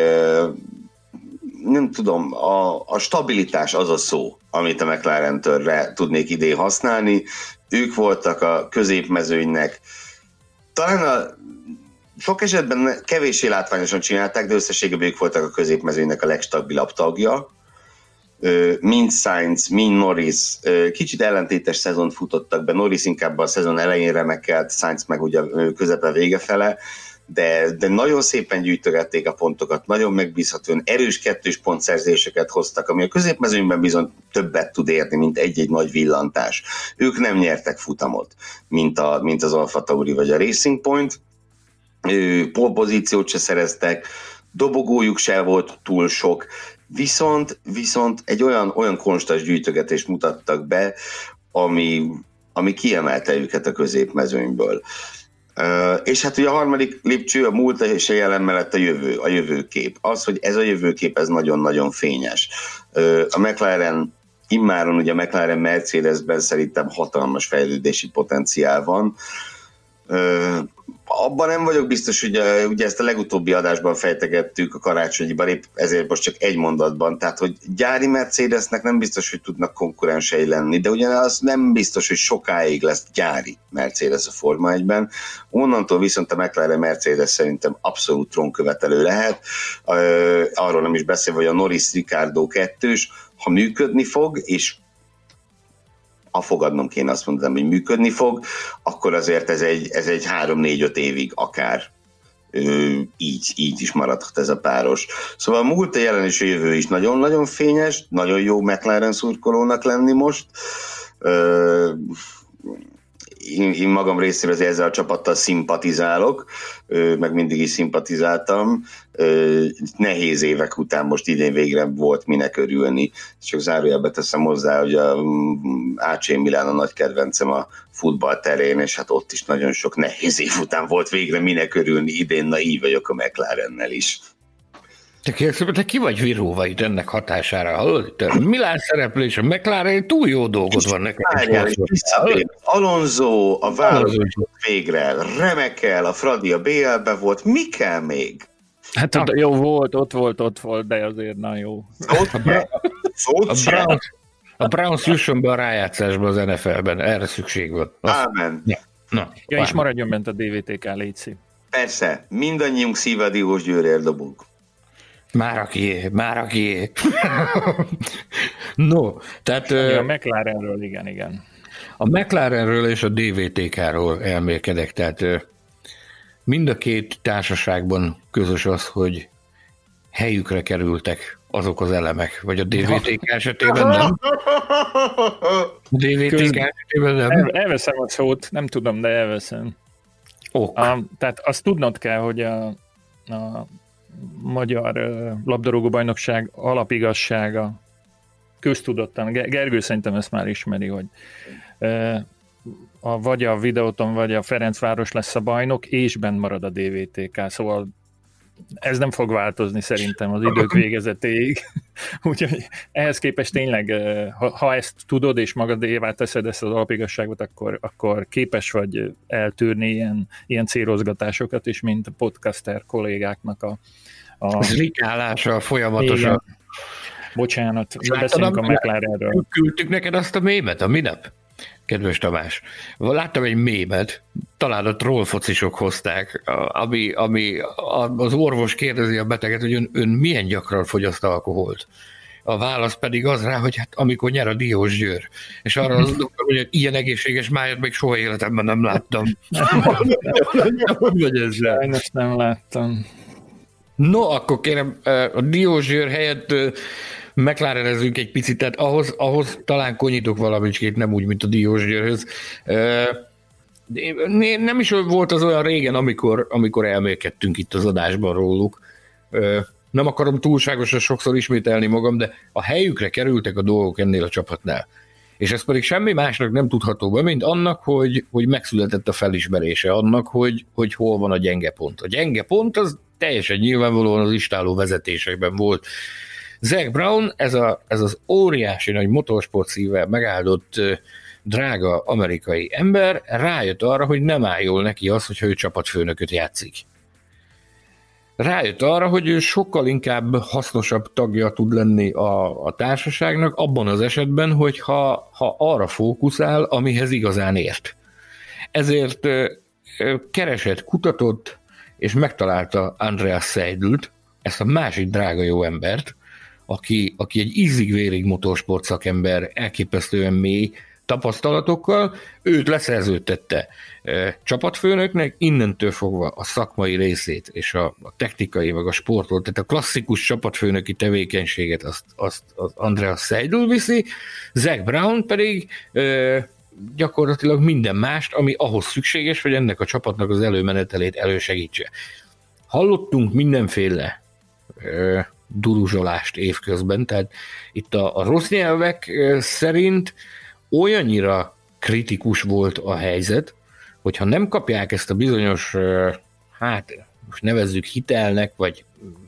Speaker 4: nem tudom, a, a stabilitás az a szó, amit a McLaren-től tudnék idén használni. Ők voltak a középmezőnynek, talán a sok esetben kevéssé látványosan csinálták, de összességében ők voltak a középmezőnynek a legstabilabb tagja. Mind Sainz, mind Norris kicsit ellentétes szezont futottak be. Norris inkább a szezon elején remekelt, Sainz meg ugye közepe vége fele, de, de nagyon szépen gyűjtögették a pontokat, nagyon megbízhatóan, erős kettős pontszerzéseket hoztak, ami a középmezőnyben bizony többet tud érni, mint egy-egy nagy villantás. Ők nem nyertek futamot, mint, a, mint az Alfa Tauri vagy a Racing Point, polpozíciót se szereztek, dobogójuk se volt túl sok, viszont, viszont egy olyan, olyan konstans gyűjtögetést mutattak be, ami, ami kiemelte őket a középmezőnyből. Uh, és hát ugye a harmadik lépcső, a múlt és a jelen mellett a jövő, a jövőkép. Az, hogy ez a jövőkép, ez nagyon-nagyon fényes. Uh, a McLaren, immáron ugye a McLaren Mercedesben szerintem hatalmas fejlődési potenciál van. Uh, abban nem vagyok biztos, hogy uh, ugye ezt a legutóbbi adásban fejtegettük a karácsonyiban, épp ezért most csak egy mondatban, tehát hogy gyári Mercedesnek nem biztos, hogy tudnak konkurensei lenni, de ugyanaz nem biztos, hogy sokáig lesz gyári Mercedes a Forma egyben. Onnantól viszont a McLaren Mercedes szerintem abszolút trónkövetelő lehet, uh, arról nem is beszélve, hogy a Norris-Ricardo kettős, ha működni fog, és ha fogadnom kéne, azt mondom, hogy működni fog, akkor azért ez egy, ez egy három-négy-öt évig akár ö, így, így is maradhat ez a páros. Szóval a múlt, a jelen és a jövő is nagyon-nagyon fényes, nagyon jó McLaren szurkolónak lenni most. Ö, én, én magam részéről ezzel a csapattal szimpatizálok, ö, meg mindig is szimpatizáltam. Ö, nehéz évek után most idén végre volt minek örülni. Csak zárójelbe teszem hozzá, hogy a á cé Milán a nagy kedvencem a futballterén, és hát ott is nagyon sok nehéz év után volt végre minek örülni. Idén naív vagyok a McLarennel is.
Speaker 3: Te, kérlek, te ki vagy viróva itt ennek hatására? Hallod? Te Milán szereplés, a McLaren túl jó dolgot van nekem.
Speaker 4: Alonso, a válogatott végre, remekel, a Fradi a bé el-ben volt, mi kell még?
Speaker 2: Hát ott jó volt, ott volt, ott volt, de azért na jó.
Speaker 4: Ott a,
Speaker 3: a Browns, a Browns jusson be a rájátszásba az en ef el-ben, erre szükség van.
Speaker 4: Ámen.
Speaker 3: Ja, na,
Speaker 2: ja és maradjon bent a dé vé té ká, létszik.
Speaker 4: Persze, mindannyiunk szíve Diós Győrért dobunk.
Speaker 3: Már aki, már aki. No, tehát...
Speaker 2: Ja, a McLarenről, igen, igen.
Speaker 3: A McLarenről és a dé vé té ká-ról elmélkedek, tehát mind a két társaságban közös az, hogy helyükre kerültek azok az elemek, vagy a dé vé té ká esetében nem? A dé vé té ká esetében nem?
Speaker 2: El, elveszem a szót, nem tudom, de elveszem.
Speaker 3: Ok.
Speaker 2: A, tehát azt tudnod kell, hogy a, a magyar uh, labdarúgó-bajnokság alapigassága köztudottan, Gergő szerintem ezt már ismeri, hogy uh, a, vagy a Videóton, vagy a Ferencváros lesz a bajnok, és benn marad a dé vé té ká, szóval ez nem fog változni szerintem az idők végezetéig. Úgyhogy ehhez képest tényleg, ha, ha ezt tudod, és magadévá teszed ezt az alapigasságot, akkor, akkor képes vagy eltűrni ilyen, ilyen célozgatásokat is, mint a podcaster kollégáknak a... a
Speaker 3: az rikálása folyamatosan. Igen.
Speaker 2: Bocsánat, beszélünk a McLarenről.
Speaker 3: Küldtük neked azt a mémet a minap? Kedves Tamás, láttam egy mémet, talán a trollfocisok hozták, ami, ami az orvos kérdezi a beteget, hogy ön, ön milyen gyakran fogyaszt alkoholt. A válasz pedig az rá, hogy hát amikor nyer a Diós Győr. És arra az doktor, hogy ilyen egészséges májat még soha életemben nem láttam. Hogy vagy ezzel?
Speaker 2: Sajnos nem láttam.
Speaker 3: No, akkor kérem, a Diós Győr helyett McLarenezünk egy picit, tehát ahhoz, ahhoz talán konyítok valamicskét, nem úgy, mint a Diós Győrhöz. Nem is volt az olyan régen, amikor, amikor elmélkedtünk itt az adásban róluk. Nem akarom túlságosan sokszor ismételni magam, de a helyükre kerültek a dolgok ennél a csapatnál. És ez pedig semmi másnak nem tudható be, mint annak, hogy, hogy megszületett a felismerése annak, hogy, hogy hol van a gyenge pont. A gyenge pont az teljesen nyilvánvalóan az istáló vezetésekben volt. Zak Brown, ez, a, ez az óriási nagy motorsport szívvel megáldott drága amerikai ember rájött arra, hogy nem áll jól neki az, hogyha ő csapatfőnököt játszik. Rájött arra, hogy ő sokkal inkább hasznosabb tagja tud lenni a, a társaságnak abban az esetben, hogyha ha arra fókuszál, amihez igazán ért. Ezért keresett, kutatott, és megtalálta Andreas Seidelt, ezt a másik drága jó embert, aki, aki egy ízig-vérig motorsport szakember, elképesztően mély tapasztalatokkal, őt leszerződtette e, csapatfőnöknek, innentől fogva a szakmai részét és a, a technikai, meg a sportot, tehát a klasszikus csapatfőnöki tevékenységet azt, azt az Andreas Seidel viszi, Zak Brown pedig e, gyakorlatilag minden mást, ami ahhoz szükséges, hogy ennek a csapatnak az előmenetelét elősegítse. Hallottunk mindenféle e, duruzsolást évközben, tehát itt a, a rossz nyelvek e, szerint olyannyira kritikus volt a helyzet, hogyha nem kapják ezt a bizonyos, hát most nevezzük hitelnek, vagy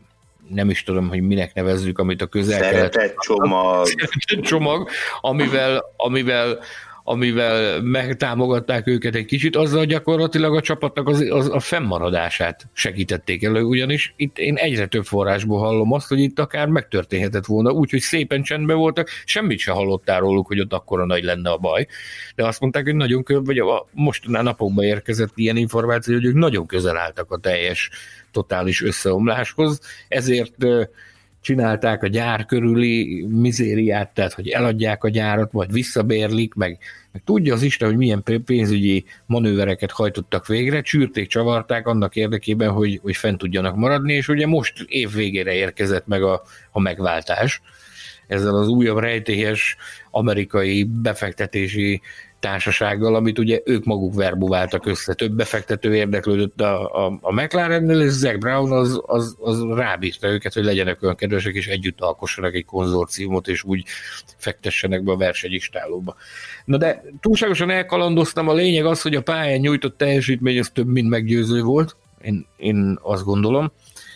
Speaker 3: nem is tudom, hogy minek nevezzük, amit a közel-kelet...
Speaker 4: Szeretett csomag.
Speaker 3: Szeretett csomag, amivel, amivel, amivel megtámogatták őket egy kicsit, azzal gyakorlatilag a csapatnak az, az, a fennmaradását segítették elő, ugyanis itt én egyre több forrásból hallom azt, hogy itt akár megtörténhetett volna, úgyhogy szépen csendben voltak, semmit se hallottál róluk, hogy ott akkora nagy lenne a baj, de azt mondták, hogy nagyon közel, vagy a mostanán napokban érkezett ilyen információ, hogy ők nagyon közel álltak a teljes, totális összeomláshoz, ezért csinálták a gyár körüli mizériát, tehát hogy eladják a gyárat, vagy visszabérlik, meg, meg tudja az Isten, hogy milyen pénzügyi manővereket hajtottak végre, csűrték, csavarták annak érdekében, hogy, hogy fent tudjanak maradni, és ugye most év végére érkezett meg a, a megváltás. Ezzel az újabb rejtélyes amerikai befektetési társasággal, amit ugye ők maguk verbuváltak össze. Több befektető érdeklődött a, a, a McLarennél, és Zak Brown az, az, az rábírta őket, hogy legyenek olyan kedvesek, és együtt alkossanak egy konzorciumot, és úgy fektessenek be a versenyistálóba. Na de túlságosan elkalandoztam, a lényeg az, hogy a pályán nyújtott teljesítmény az több, mint meggyőző volt. Én, én azt gondolom.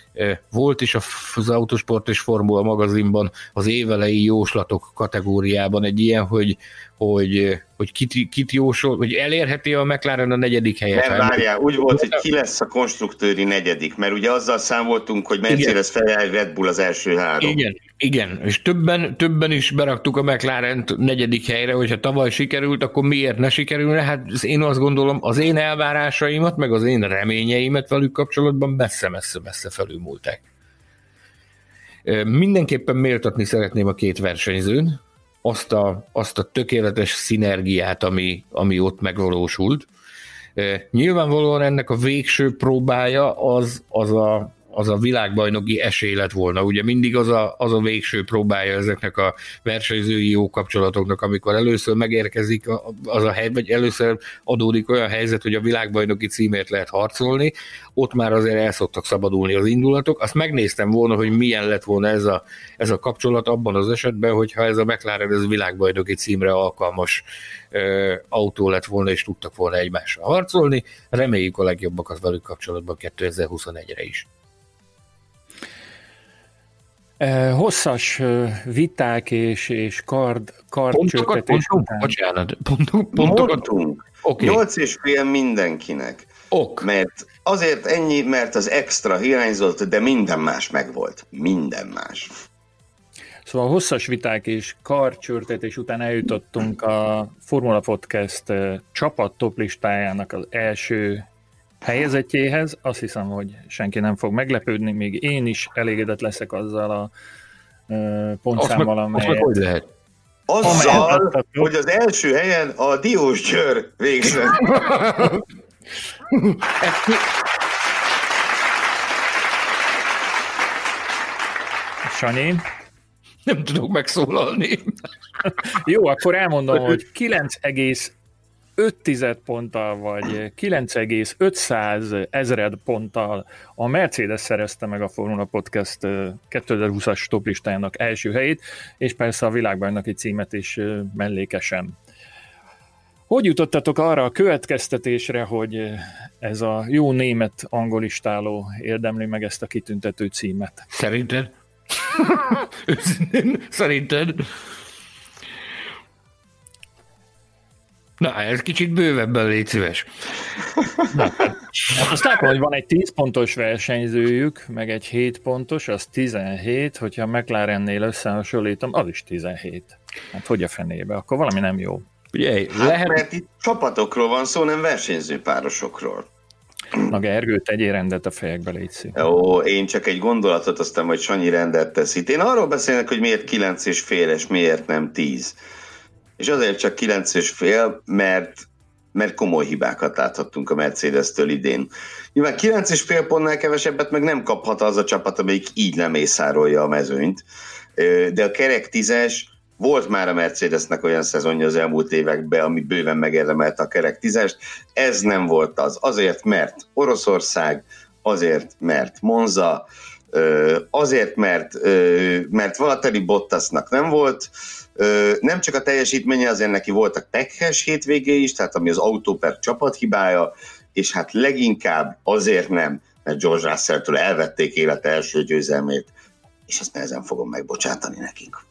Speaker 3: Volt is az Autosport és Formula magazinban az évelei jóslatok kategóriában egy ilyen, hogy, hogy, hogy kit, kit jósol, hogy elérheti a McLaren a negyedik helyet.
Speaker 4: Nem, várjál, úgy volt, hogy ki lesz a konstruktőri negyedik, mert ugye azzal számoltunk, hogy Mercedes feláll, Red Bull az első három.
Speaker 3: Igen, igen, és többen, többen is beraktuk a McLarent negyedik helyre, hogyha tavaly sikerült, akkor miért ne sikerülne? Hát én azt gondolom, az én elvárásaimat, meg az én reményeimet velük kapcsolatban messze-messze-messze felülmúlták. Mindenképpen méltatni szeretném a két versenyzőn, azt a, azt a tökéletes szinergiát, ami, ami ott megvalósult. Nyilvánvalóan ennek a végső próbája az, az, a, az a világbajnoki esély lett volna. Ugye mindig az a, az a végső próbája ezeknek a versenyzői jó kapcsolatoknak, amikor először megérkezik az a hely, vagy először adódik olyan helyzet, hogy a világbajnoki címért lehet harcolni, ott már azért el szoktak szabadulni az indulatok. Azt megnéztem volna, hogy milyen lett volna ez a, ez a kapcsolat abban az esetben, hogyha ez a McLaren ez világbajnoki címre alkalmas ö, autó lett volna, és tudtak volna egymással harcolni. Reméljük a legjobbakat velük kapcsolatban kétezer-huszonegyre is.
Speaker 2: Hosszas viták és, és kard, kardcsörtetés
Speaker 3: után. Bocsánat, pontok, pontokat.
Speaker 4: Okay. nyolc és fél mindenkinek.
Speaker 3: Ok.
Speaker 4: Mert azért ennyi, mert az extra hiányzott, de minden más megvolt. Minden más.
Speaker 2: Szóval hosszas viták és karcsörtetés után eljutottunk a Formula Podcast csapat toplistájának az első helyezetjéhez. Azt hiszem, hogy senki nem fog meglepődni, még én is elégedett leszek azzal a pontszámmal, amelyet...
Speaker 3: Hogy lehet?
Speaker 4: Azzal, hogy az első helyen a Diós Győr végzett.
Speaker 2: Sanyi?
Speaker 3: Nem tudok megszólalni.
Speaker 2: Jó, akkor elmondom, hogy kilenc egész öt ponttal, vagy kilenc egész ötszáz ezred ponttal a Mercedes szerezte meg a Formula Podcast kétezer-húszas toplistájának első helyét, és persze a világbajnoki címet is mellékesen. Hogy jutottatok arra a következtetésre, hogy ez a jó német angolistáló érdemli meg ezt a kitüntető címet?
Speaker 3: Szerinted? Őszintén, szerinted? Na, ez kicsit bővebben légy szíves.
Speaker 2: Na, azt látom, hogy van egy tíz pontos versenyzőjük, meg egy hét pontos, az tizenhét, hogyha McLarennél összehasonlítom, az is tizenhét. Hát hogy a fenébe? Akkor valami nem jó.
Speaker 3: Ugye,
Speaker 4: hát
Speaker 3: lehet...
Speaker 4: mert itt csapatokról van szó, nem versenyzőpárosokról.
Speaker 2: Na Gergő, tegyél rendet a fejekbe, légy szíves.
Speaker 4: Ó, én csak egy gondolatot, aztán majd Sanyi rendet tesz itt. Én arról beszélnek, hogy miért kilenc és fél, és miért nem tíz. És azért csak kilenc és fél, mert, mert komoly hibákat láthattunk a Mercedes-től idén. Nyilván kilenc és fél pontnál kevesebbet meg nem kaphat az a csapat, amelyik így lemészárolja a mezőnyt. De a kerek tízes, volt már a Mercedesnek olyan szezonja az elmúlt években, ami bőven megérdemelte a kerek tízest. Ez nem volt az. Azért, mert Oroszország, azért, mert Monza, azért, mert, mert Valtteri Bottasnak nem volt, nem csak a teljesítménye, azért neki voltak pekhes hétvégé is, tehát ami az autó per csapat hibája, és hát leginkább azért nem, mert George Russell-től elvették élete első győzelmét, és ezt nehezen fogom megbocsátani nekik.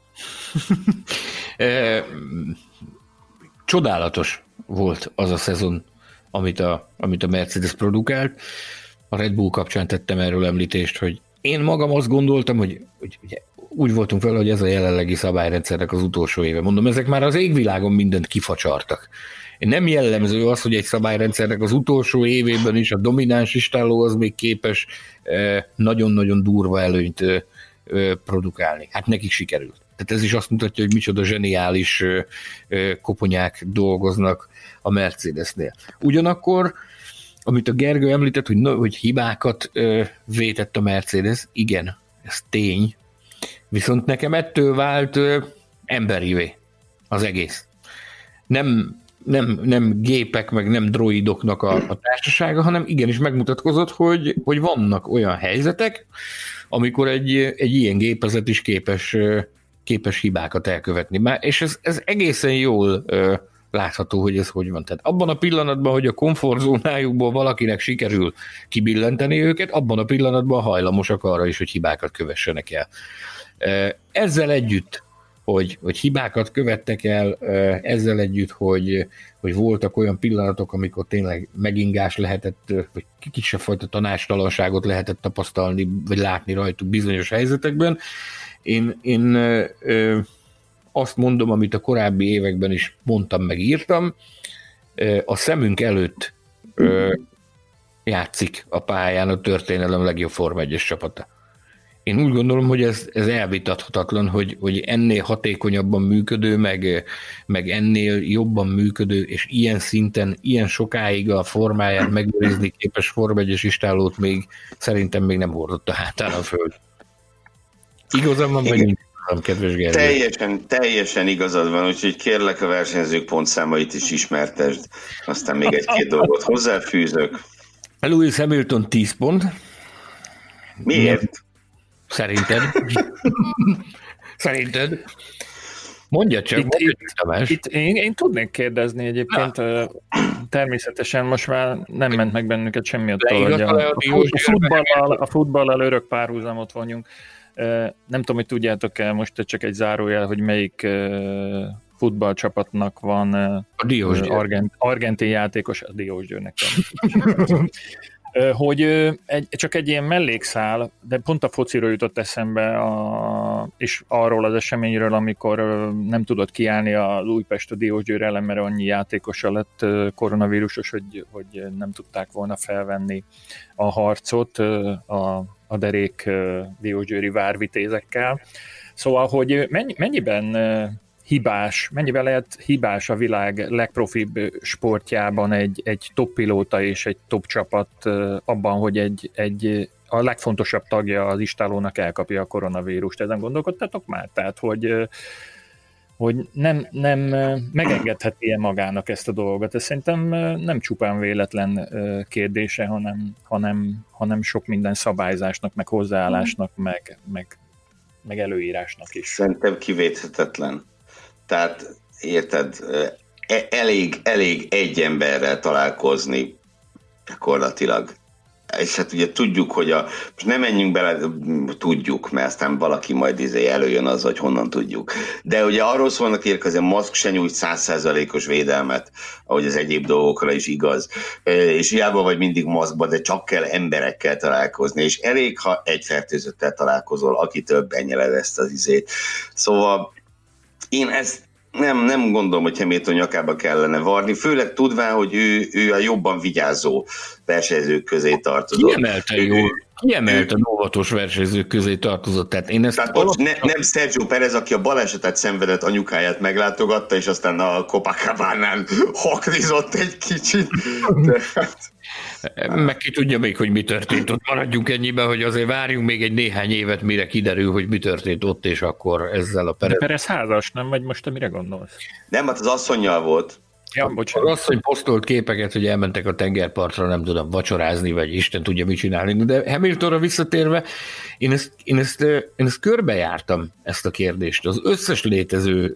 Speaker 3: Csodálatos volt az a szezon, amit a, amit a Mercedes produkált. A Red Bull kapcsán tettem erről említést, hogy én magam azt gondoltam, hogy, hogy ugye, úgy voltunk vele, hogy ez a jelenlegi szabályrendszernek az utolsó éve. Mondom, ezek már az égvilágon mindent kifacsartak. Nem jellemző az, hogy egy szabályrendszernek az utolsó évében is a domináns istálló az még képes nagyon-nagyon durva előnyt produkálni. Hát nekik sikerült. Tehát ez is azt mutatja, hogy micsoda zseniális koponyák dolgoznak a Mercedesnél. Ugyanakkor, amit a Gergő említett, hogy, hogy hibákat vétett a Mercedes, igen, ez tény, viszont nekem ettől vált emberivé az egész. Nem, nem, nem gépek, meg nem droidoknak a, a társasága, hanem igenis megmutatkozott, hogy, hogy vannak olyan helyzetek, amikor egy, egy ilyen gépezet is képes, képes hibákat elkövetni. Már, és ez, ez egészen jól ö, látható, hogy ez hogy van. Tehát abban a pillanatban, hogy a komfortzónájukból valakinek sikerül kibillenteni őket, abban a pillanatban hajlamosak arra is, hogy hibákat kövessenek el. Ezzel együtt, hogy, hogy hibákat követtek el, ezzel együtt, hogy, hogy voltak olyan pillanatok, amikor tényleg megingás lehetett, vagy kisebb fajta tanácstalanságot lehetett tapasztalni, vagy látni rajtuk bizonyos helyzetekben. Én, én ö, azt mondom, amit a korábbi években is mondtam, meg írtam, a szemünk előtt ö, játszik a pályán a történelem legjobb Forma egyes csapata. Én úgy gondolom, hogy ez, ez elvitathatatlan, hogy, hogy ennél hatékonyabban működő, meg, meg ennél jobban működő, és ilyen szinten, ilyen sokáig a formáját megőrizni képes Forma egyes istállót még szerintem még nem hordott a hátán a föld. Igazam van, vagy nincs igazam, kedves Gergő?
Speaker 4: Teljesen, teljesen igazad van, úgyhogy kérlek a versenyzők pontszámait is ismertesd. Aztán még egy-két dolgot hozzáfűzök.
Speaker 3: Lewis Hamilton tíz pont.
Speaker 4: Miért?
Speaker 3: Szerinted? Szerinted? Mondja csak,
Speaker 2: itt,
Speaker 3: mondja
Speaker 2: itt,
Speaker 3: Tamás.
Speaker 2: Itt én, én tudnék kérdezni egyébként, Na. természetesen most már nem ment meg bennünket semmi attól, hogy a, a, a, futballal, a futballal örök párhuzamot vonjunk. Nem tudom, hogy tudjátok-e, most csak egy zárójel, hogy melyik futballcsapatnak van argent, argentin játékos, a Diósgyőrnek van. Hogy egy, csak egy ilyen mellékszál, de pont a fociról jutott eszembe, a, és arról az eseményről, amikor nem tudott kiállni az Újpest a Diósgyőr ellen, mert annyi játékosa lett koronavírusos, hogy, hogy nem tudták volna felvenni a harcot a, a derék diósgyőri várvitézekkel. Szóval, hogy mennyi, mennyiben hibás, mennyiben lehet hibás a világ legprofibb sportjában egy, egy top pilóta és egy top csapat abban, hogy egy, egy a legfontosabb tagja az istállónak elkapja a koronavírust. Ezen gondolkodtatok már? Tehát, hogy, hogy nem, nem megengedheti magának ezt a dolgot. Ez szerintem nem csupán véletlen kérdése, hanem, hanem, hanem sok minden szabályzásnak, meg hozzáállásnak, meg, meg, meg előírásnak is.
Speaker 4: Szerintem kivéthetetlen. Tehát érted, elég, elég egy emberrel találkozni gyakorlatilag. és hát ugye tudjuk, hogy a, most nem menjünk bele, tudjuk, mert aztán valaki majd izé előjön az, hogy honnan tudjuk. De ugye arról szólnak érk, hogy a maszk se nyújt száz százalékos védelmet, ahogy az egyéb dolgokra is igaz. És hiába vagy mindig maszkba, de csak kell emberekkel találkozni, és elég, ha egy fertőzöttel találkozol, aki több benyeled ezt az izét. Szóval én ezt Nem, nem gondolom, hogy Hamilton nyakába kellene varni, főleg tudván, hogy ő, ő a jobban vigyázó versenyzők közé tartozott.
Speaker 3: Kiemelte jól. Kiemelte a óvatos versenyzők közé tartozott. Tehát én ezt
Speaker 4: Tehát alap... ne, nem Sergio Perez, aki a balesetet szenvedett anyukáját meglátogatta, és aztán a Copacabánán haklizott egy kicsit. De...
Speaker 3: Meg ki tudja még, hogy mi történt ott. Maradjunk ennyiben, hogy azért várjunk még egy néhány évet, mire kiderül, hogy mi történt ott, és akkor ezzel a Perez...
Speaker 2: De Perez házas, nem? Vagy most te mire gondolsz?
Speaker 4: Nem, hát az asszonnyal volt.
Speaker 2: Ja, bocsánat.
Speaker 3: Az asszony posztolt képeket, hogy elmentek a tengerpartra, nem tudom, vacsorázni, vagy Isten tudja, mit csinálni. De Hamiltonra visszatérve, én ezt, én ezt, én ezt körbejártam, ezt a kérdést. Az összes létező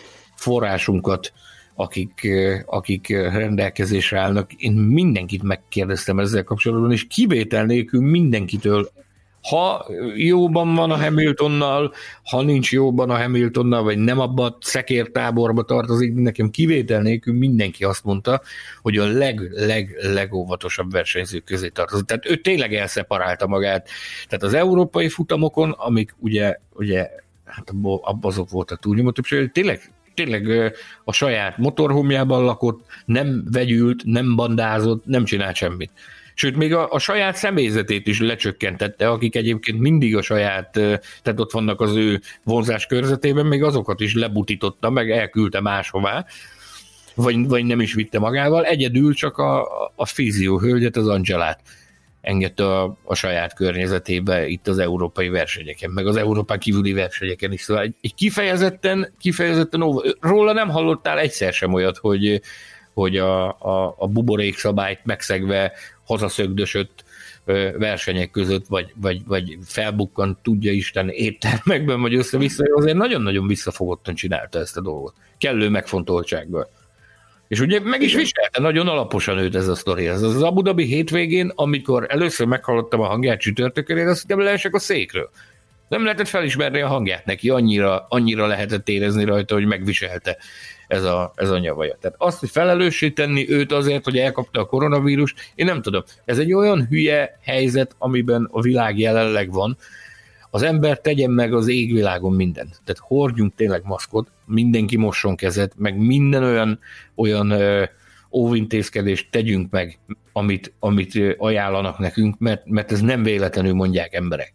Speaker 3: forrásunkat, akik, akik rendelkezésre állnak, én mindenkit megkérdeztem ezzel kapcsolatban, és kivétel nélkül mindenkitől, ha jóban van a Hamiltonnal, ha nincs jóban a Hamiltonnal, vagy nem abba a szekértáborba tartozik, nekem kivétel nélkül mindenki azt mondta, hogy a leg, leg, legóvatosabb versenyzők közé tartozik. Tehát ő tényleg elszeparálta magát. Tehát az európai futamokon, amik ugye, ugye hát abban azok voltak túlnyomó többség, tényleg tényleg a saját motorhomjában lakott, nem vegyült, nem bandázott, nem csinált semmit. Sőt, még a, a saját személyzetét is lecsökkentette, akik egyébként mindig a saját, tehát ott vannak az ő vonzás körzetében, még azokat is lebutította, meg elküldte máshová, vagy, vagy nem is vitte magával. Egyedül csak a, a fízió hölgyet, az Angelát engedte a, a saját környezetébe itt az európai versenyeken, meg az Európán kívüli versenyeken is. Szóval egy, egy kifejezetten, kifejezetten óva. Róla nem hallottál egyszer sem olyat, hogy, hogy a, a, a buborék szabályt megszegve hazaszögdösött versenyek között, vagy, vagy, vagy felbukkant, tudja Isten, éttermekben, vagy össze-vissza, azért nagyon-nagyon visszafogottan csinálta ezt a dolgot. Kellő megfontoltsággal. És ugye meg is viselte, nagyon alaposan őt ez a sztori. Ez az Abu Dhabi hétvégén, amikor először meghallottam a hangját csütörtökön, én azt hittem, leesek a székről. Nem lehetett felismerni a hangját neki, annyira, annyira lehetett érezni rajta, hogy megviselte ez a, ez a nyavaja. Tehát azt, hogy felelőssé tenni őt azért, hogy elkapta a koronavírust, én nem tudom. Ez egy olyan hülye helyzet, amiben a világ jelenleg van. Az ember tegyen meg az égvilágon mindent. Tehát hordjunk tényleg maszkot, mindenki mosson kezet, meg minden olyan, olyan ö, óvintézkedést tegyünk meg, amit, amit ajánlanak nekünk, mert, mert ez nem véletlenül mondják emberek.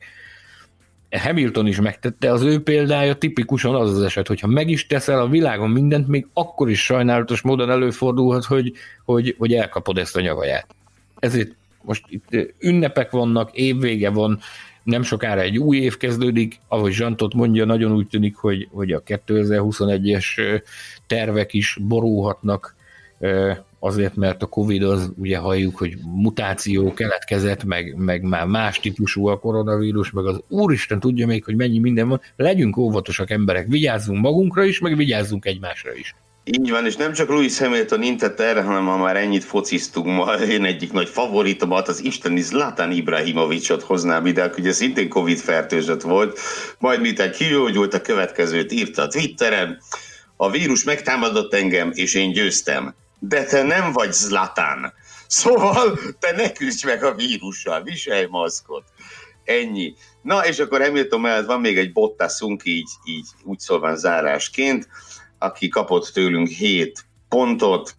Speaker 3: Hamilton is megtette, az ő példája tipikusan az az eset, hogyha meg is teszel a világon mindent, még akkor is sajnálatos módon előfordulhat, hogy, hogy, hogy elkapod ezt a nyavaját. Ezért most itt ünnepek vannak, évvége van, nem sokára egy új év kezdődik, ahogy Zsantot mondja, nagyon úgy tűnik, hogy, hogy a kétezer-huszonegyes tervek is borulhatnak, azért, mert a Covid az, ugye halljuk, hogy mutáció keletkezett, meg, meg már más típusú a koronavírus, meg az Úristen tudja még, hogy mennyi minden van. Legyünk óvatosak emberek, vigyázzunk magunkra is, meg vigyázzunk egymásra is.
Speaker 4: Így van, és nem csak Lewis Hamilton intett erre, hanem ha már ennyit fociztunk ma, én egyik nagy favoritomat, az isteni Zlatan Ibrahimovicsot hoznám ide, aki ugye szintén Covid fertőzött volt, majd miután kigyógyult, a következőt írta a Twitteren: a vírus megtámadott engem, és én győztem. De te nem vagy Zlatan. Szóval te ne küzdj meg a vírussal, viselj maszkot. Ennyi. Na, és akkor Hamilton mellett van még egy Bottasunk, így, így úgy szólván zárásként, aki kapott tőlünk hét pontot.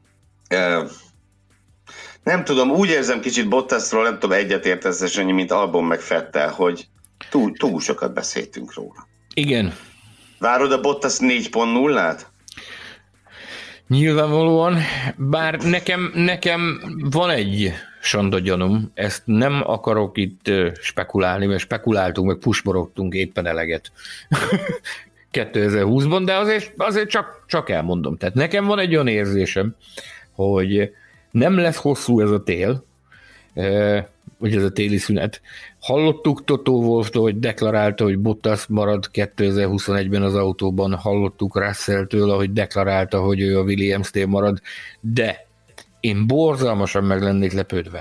Speaker 4: Nem tudom, úgy érzem kicsit Bottasról, nem tudom, egyetértesz annyi, mint Albon meg Vettel, hogy túl, túl sokat beszéltünk róla.
Speaker 3: Igen.
Speaker 4: Várod a Bottas négy pont nullát?
Speaker 3: Nyilvánvalóan, bár nekem, nekem van egy sanda gyanúm, ezt nem akarok itt spekulálni, mert spekuláltunk, meg pusmorogtunk éppen eleget kétezer-húszban, de azért, azért csak, csak elmondom. Tehát nekem van egy olyan érzésem, hogy nem lesz hosszú ez a tél, vagy ez a téli szünet. Hallottuk Toto Wolftól, hogy deklarálta, hogy Bottas marad kétezer-huszonegyben az autóban, hallottuk Russelltől, ahogy deklarálta, hogy ő a Williams-tél marad, de én borzalmasan meg lennék lepődve,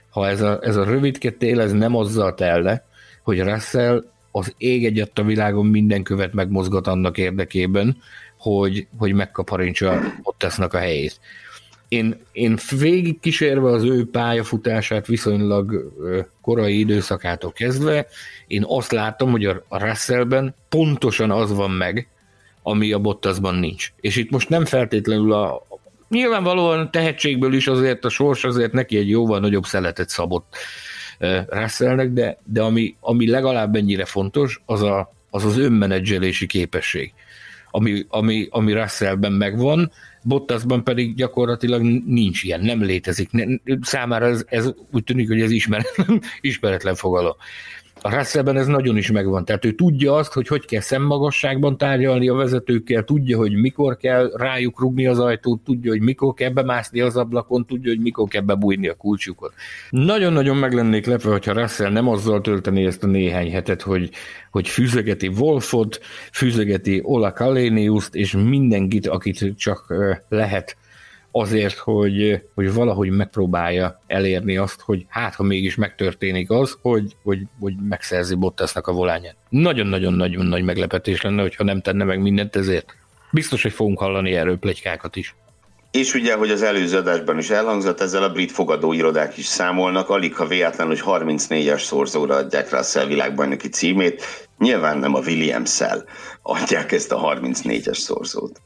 Speaker 3: ha ez a, ez a rövidke tél ez nem azzal telle, hogy Russell az ég egyet a világon minden követ megmozgat annak érdekében, hogy, hogy megkaparintsa Bottasnak a helyét. Én, én végig kísérve az ő pályafutását viszonylag korai időszakától kezdve, én azt látom, hogy a Russellben pontosan az van meg, ami a Bottasban nincs. És itt most nem feltétlenül a nyilvánvalóan tehetségből is azért a sors azért neki egy jóval nagyobb szeletet szabott Russellnek, de, de ami, ami legalább ennyire fontos, az a, az, az önmenedzselési képesség, ami, ami, ami Russellben megvan, Bottasban pedig gyakorlatilag nincs ilyen, nem létezik. Számára ez, ez úgy tűnik, hogy ez ismeretlen, ismeretlen fogalom. A Russellben ez nagyon is megvan, tehát ő tudja azt, hogy hogy kell szemmagasságban tárgyalni a vezetőkkel, tudja, hogy mikor kell rájuk rugni az ajtót, tudja, hogy mikor kell bemászni az ablakon, tudja, hogy mikor kell bebújni a kulcsukon. Nagyon-nagyon meg lennék lepve, hogyha Russell nem azzal tölteni ezt a néhány hetet, hogy, hogy fűzegeti Wolfot, fűzegeti Ola Kaleniuszt, és mindenkit, akit csak lehet, azért, hogy, hogy valahogy megpróbálja elérni azt, hogy hát, ha mégis megtörténik az, hogy, hogy, hogy megszerzi Bottasnak a volányát. Nagyon-nagyon-nagyon nagy meglepetés lenne, hogyha nem tenne meg mindent ezért. Biztos, hogy fogunk hallani erről pletykákat is.
Speaker 4: És ugye, hogy az előző adásban is elhangzott, ezzel a brit fogadóirodák is számolnak, alig ha véletlen, hogy harmincnégyes szorzóra adják Russell világbajnoki címét, nyilván nem a Williams-szel adják ezt a harmincnégyes szorzót.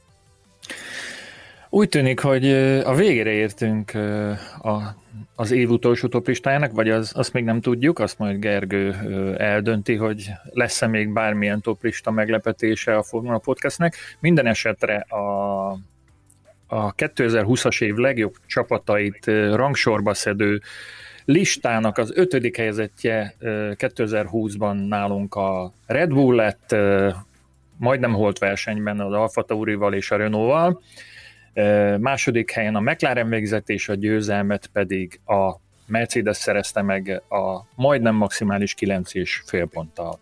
Speaker 2: Úgy tűnik, hogy a végére értünk a, az év utolsó toplistájának, vagy az, azt még nem tudjuk, azt majd Gergő eldönti, hogy lesz-e még bármilyen toplista meglepetése a Formula Podcastnek. Minden esetre a, a kétezer-húszas év legjobb csapatait rangsorba szedő listának az ötödik helyezettje kétezer-húszban nálunk a Red Bull lett, majdnem holt versenyben az Alfa Taurival és a Renault-val. Második helyen a McLaren végzett, és a győzelmet pedig a Mercedes szerezte meg a majdnem maximális kilenc és fél ponttal.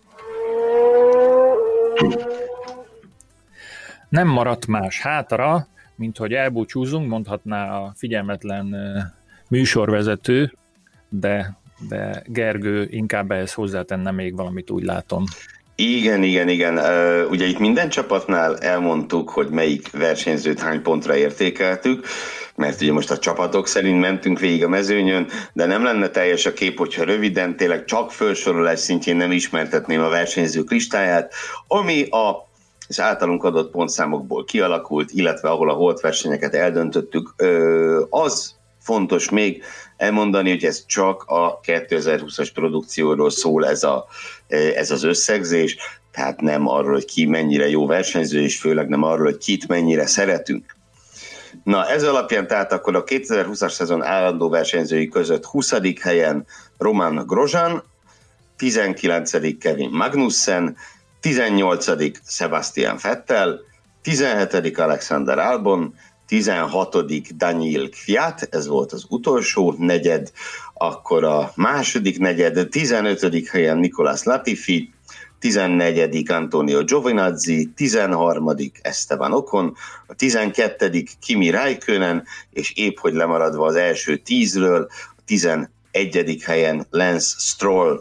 Speaker 2: Nem maradt más hátra, mint hogy elbúcsúzunk, mondhatná a figyelmetlen műsorvezető, de, de Gergő inkább ehhez hozzátenne még valamit, úgy látom.
Speaker 4: Igen, igen, igen. Uh, ugye itt minden csapatnál elmondtuk, hogy melyik versenyzőt hány pontra értékeltük, mert ugye most a csapatok szerint mentünk végig a mezőnyön, de nem lenne teljes a kép, hogyha röviden, tényleg csak felsorolás szintjén nem ismertetném a versenyzők listáját, ami a az általunk adott pontszámokból kialakult, illetve ahol a holt versenyeket eldöntöttük, uh, az fontos még elmondani, hogy ez csak a kétezer-húszas produkcióról szól ez, a, ez az összegzés, tehát nem arról, hogy ki mennyire jó versenyző, és főleg nem arról, hogy kit mennyire szeretünk. Na, ez alapján tehát akkor a kétezer-húszas szezon állandó versenyzői között huszadik helyen Roman Grosjean, tizenkilencedik Kevin Magnussen, tizennyolcadik Sebastian Vettel, tizenhetedik Alexander Albon, tizenhatodik Daniil Kvyat, ez volt az utolsó negyed, akkor a második negyed, tizenötödik helyen Nicolas Latifi, tizennegyedik Antonio Giovinazzi, tizenharmadik Esteban Ocon, a tizenkettedik Kimi Räikkönen, és épp hogy lemaradva az első tízről, a tizenegyedik helyen Lance Stroll.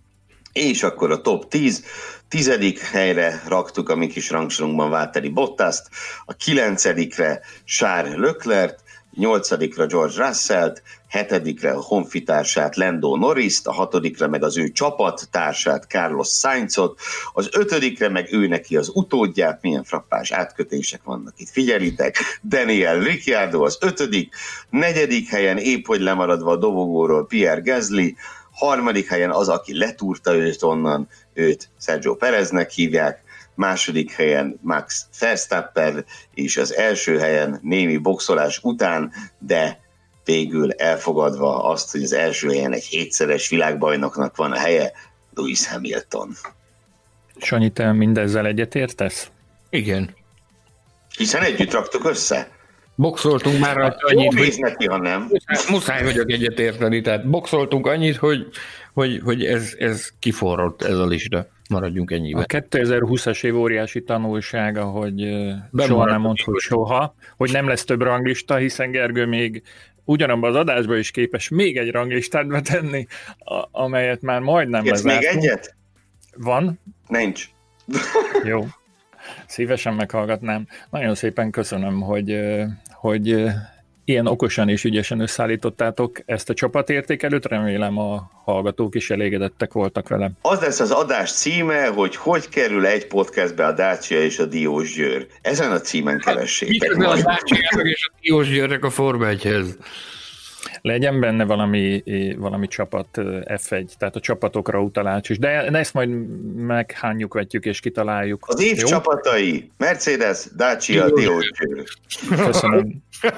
Speaker 4: És akkor a top tíz, tizedik helyre raktuk a mi kis rangsorunkban Valtteri Bottast, a kilencedikre Charles Leclerc, nyolcadikra George Russellt, hetedikre a honfitársát Lando Norrist, a hatodikra meg az ő csapattársát Carlos Sainzot, az ötödikre meg ő neki az utódját, milyen frappás átkötések vannak itt, figyelitek, Daniel Ricciardo az ötödik, negyedik helyen épp hogy lemaradva a dobogóról Pierre Gasly, harmadik helyen az, aki letúrta őt onnan, őt Sergio Pereznek hívják, második helyen Max Verstappen, és az első helyen némi boxolás után, de végül elfogadva azt, hogy az első helyen egy hétszeres világbajnoknak van a helye, Lewis Hamilton.
Speaker 2: Sanyi, te mindezzel egyetértesz?
Speaker 3: Igen.
Speaker 4: Hiszen együtt raktuk össze.
Speaker 3: Boxoltunk már hát, annyit,
Speaker 4: hogy neki, ha nem.
Speaker 3: Muszáj, muszáj vagyok egyetérteni, tehát boxoltunk annyit, hogy, hogy, hogy ez, ez kiforrott ez a lista. Maradjunk ennyiben.
Speaker 2: A kétezer-húszas év óriási tanulsága, hogy Bemarad, soha nem mondd, hogy soha, hogy nem lesz több ranglista, hiszen Gergő még ugyanabban az adásban is képes még egy ranglistát betenni, a, amelyet már majdnem lezártunk.
Speaker 4: még egyet?
Speaker 2: Van?
Speaker 4: Nincs.
Speaker 2: Jó. Szívesen meghallgatnám. Nagyon szépen köszönöm, hogy, hogy ilyen okosan és ügyesen összeállítottátok ezt a csapatértékelőt. Remélem a hallgatók is elégedettek voltak vele.
Speaker 4: Az lesz az adás címe, hogy hogy kerül egy podcastbe a Dacia és a Diósgyőr. Ezen a címen keressétek.
Speaker 3: Mit a Dacia és a Diósgyőrnek a Forma egyhez?
Speaker 2: Legyen benne valami, valami csapat ef egy, tehát a csapatokra utalás is, de ezt majd meghányjuk, vetjük és kitaláljuk.
Speaker 4: Az év
Speaker 2: jó?
Speaker 4: Csapatai, Mercedes, Dacia, Diósgyőr.
Speaker 2: Köszönöm.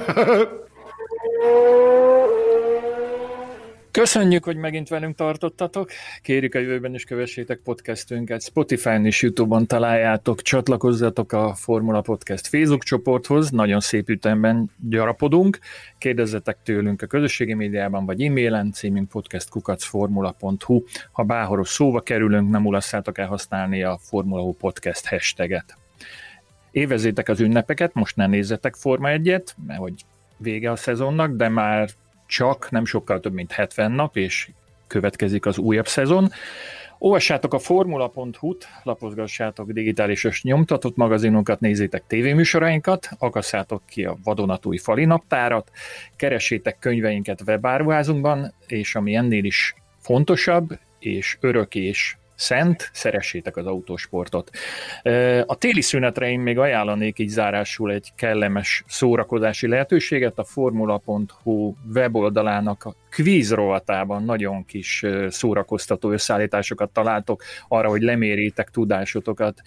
Speaker 2: Köszönjük, hogy megint velünk tartottatok. Kérjük, a jövőben is kövessétek podcastünket. Spotify-n és YouTube-on találjátok, csatlakozzatok a Formula Podcast Facebook csoporthoz. Nagyon szép ütemben gyarapodunk. Kérdezzetek tőlünk a közösségi médiában, vagy e-mailen, címünk podcast kukac formula pont hu. Ha bárhol szóba kerülünk, nem mulasszátok el használni a Formula Hu Podcast hashtaget. Évezzétek az ünnepeket, most ne nézzetek Forma egyet, mert hogy vége a szezonnak, de már csak nem sokkal több, mint hetven nap, és következik az újabb szezon. Olvassátok a formula pont hu-t, lapozgassátok digitális nyomtatott magazinokat, nézzétek tévéműsorainkat, akasszátok ki a vadonatúj fali naptárat, keressétek könyveinket webáruházunkban, és ami ennél is fontosabb, és örök és szent, szeressétek az autósportot. A téli szünetre én még ajánlanék így zárásul egy kellemes szórakozási lehetőséget. A formula pont hu weboldalának a quiz rovatában nagyon kis szórakoztató összeállításokat találtok arra, hogy lemérjétek tudásotokat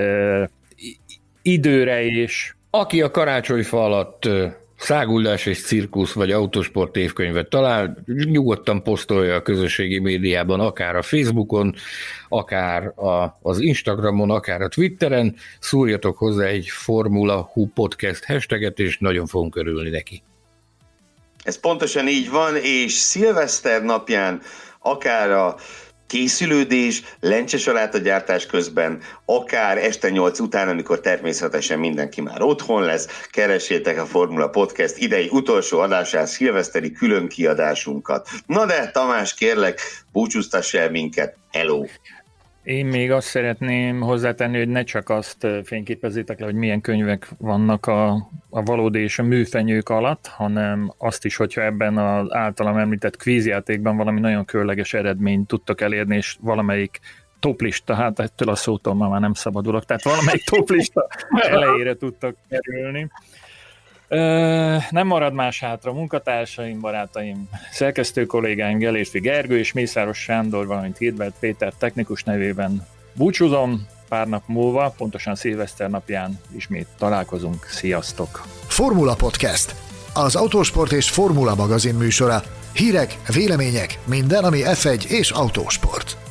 Speaker 2: időre és...
Speaker 3: Aki a karácsonyfa alatt száguldás és cirkusz vagy autósport évkönyvet talál, nyugodtan posztolja a közösségi médiában, akár a Facebookon, akár a, az Instagramon, akár a Twitteren, szúrjatok hozzá egy Formula Hu Podcast hashtaget, és nagyon fogunk örülni neki.
Speaker 4: Ez pontosan így van, és szilveszter napján akár a készülődés, lencsesalátagyártás közben, akár este nyolc után, amikor természetesen mindenki már otthon lesz, keressétek a Formula Podcast idei utolsó adását, szilveszteri különkiadásunkat. Na de, Tamás, kérlek, búcsúztass el minket. Hello!
Speaker 2: Én még azt szeretném hozzátenni, hogy ne csak azt fényképezzétek le, hogy milyen könyvek vannak a, a valódi és a műfenyők alatt, hanem azt is, hogyha ebben az általam említett kvízjátékban valami nagyon különleges eredményt tudtok elérni, és valamelyik toplista, hát ettől a szótól már nem szabadulok, tehát valamelyik toplista elejére tudtok kerülni. Ö, nem marad más hátra, munkatársaim, barátaim, szerkesztő kollégáim, Gellérfi Gergő és Mészáros Sándor, valamint Hirdbert Péter technikus nevében búcsúzom. Pár nap múlva, pontosan szilveszter napján ismét találkozunk. Sziasztok!
Speaker 1: Formula Podcast, az autósport és formula magazin műsora. Hírek, vélemények, minden, ami ef egy és autósport.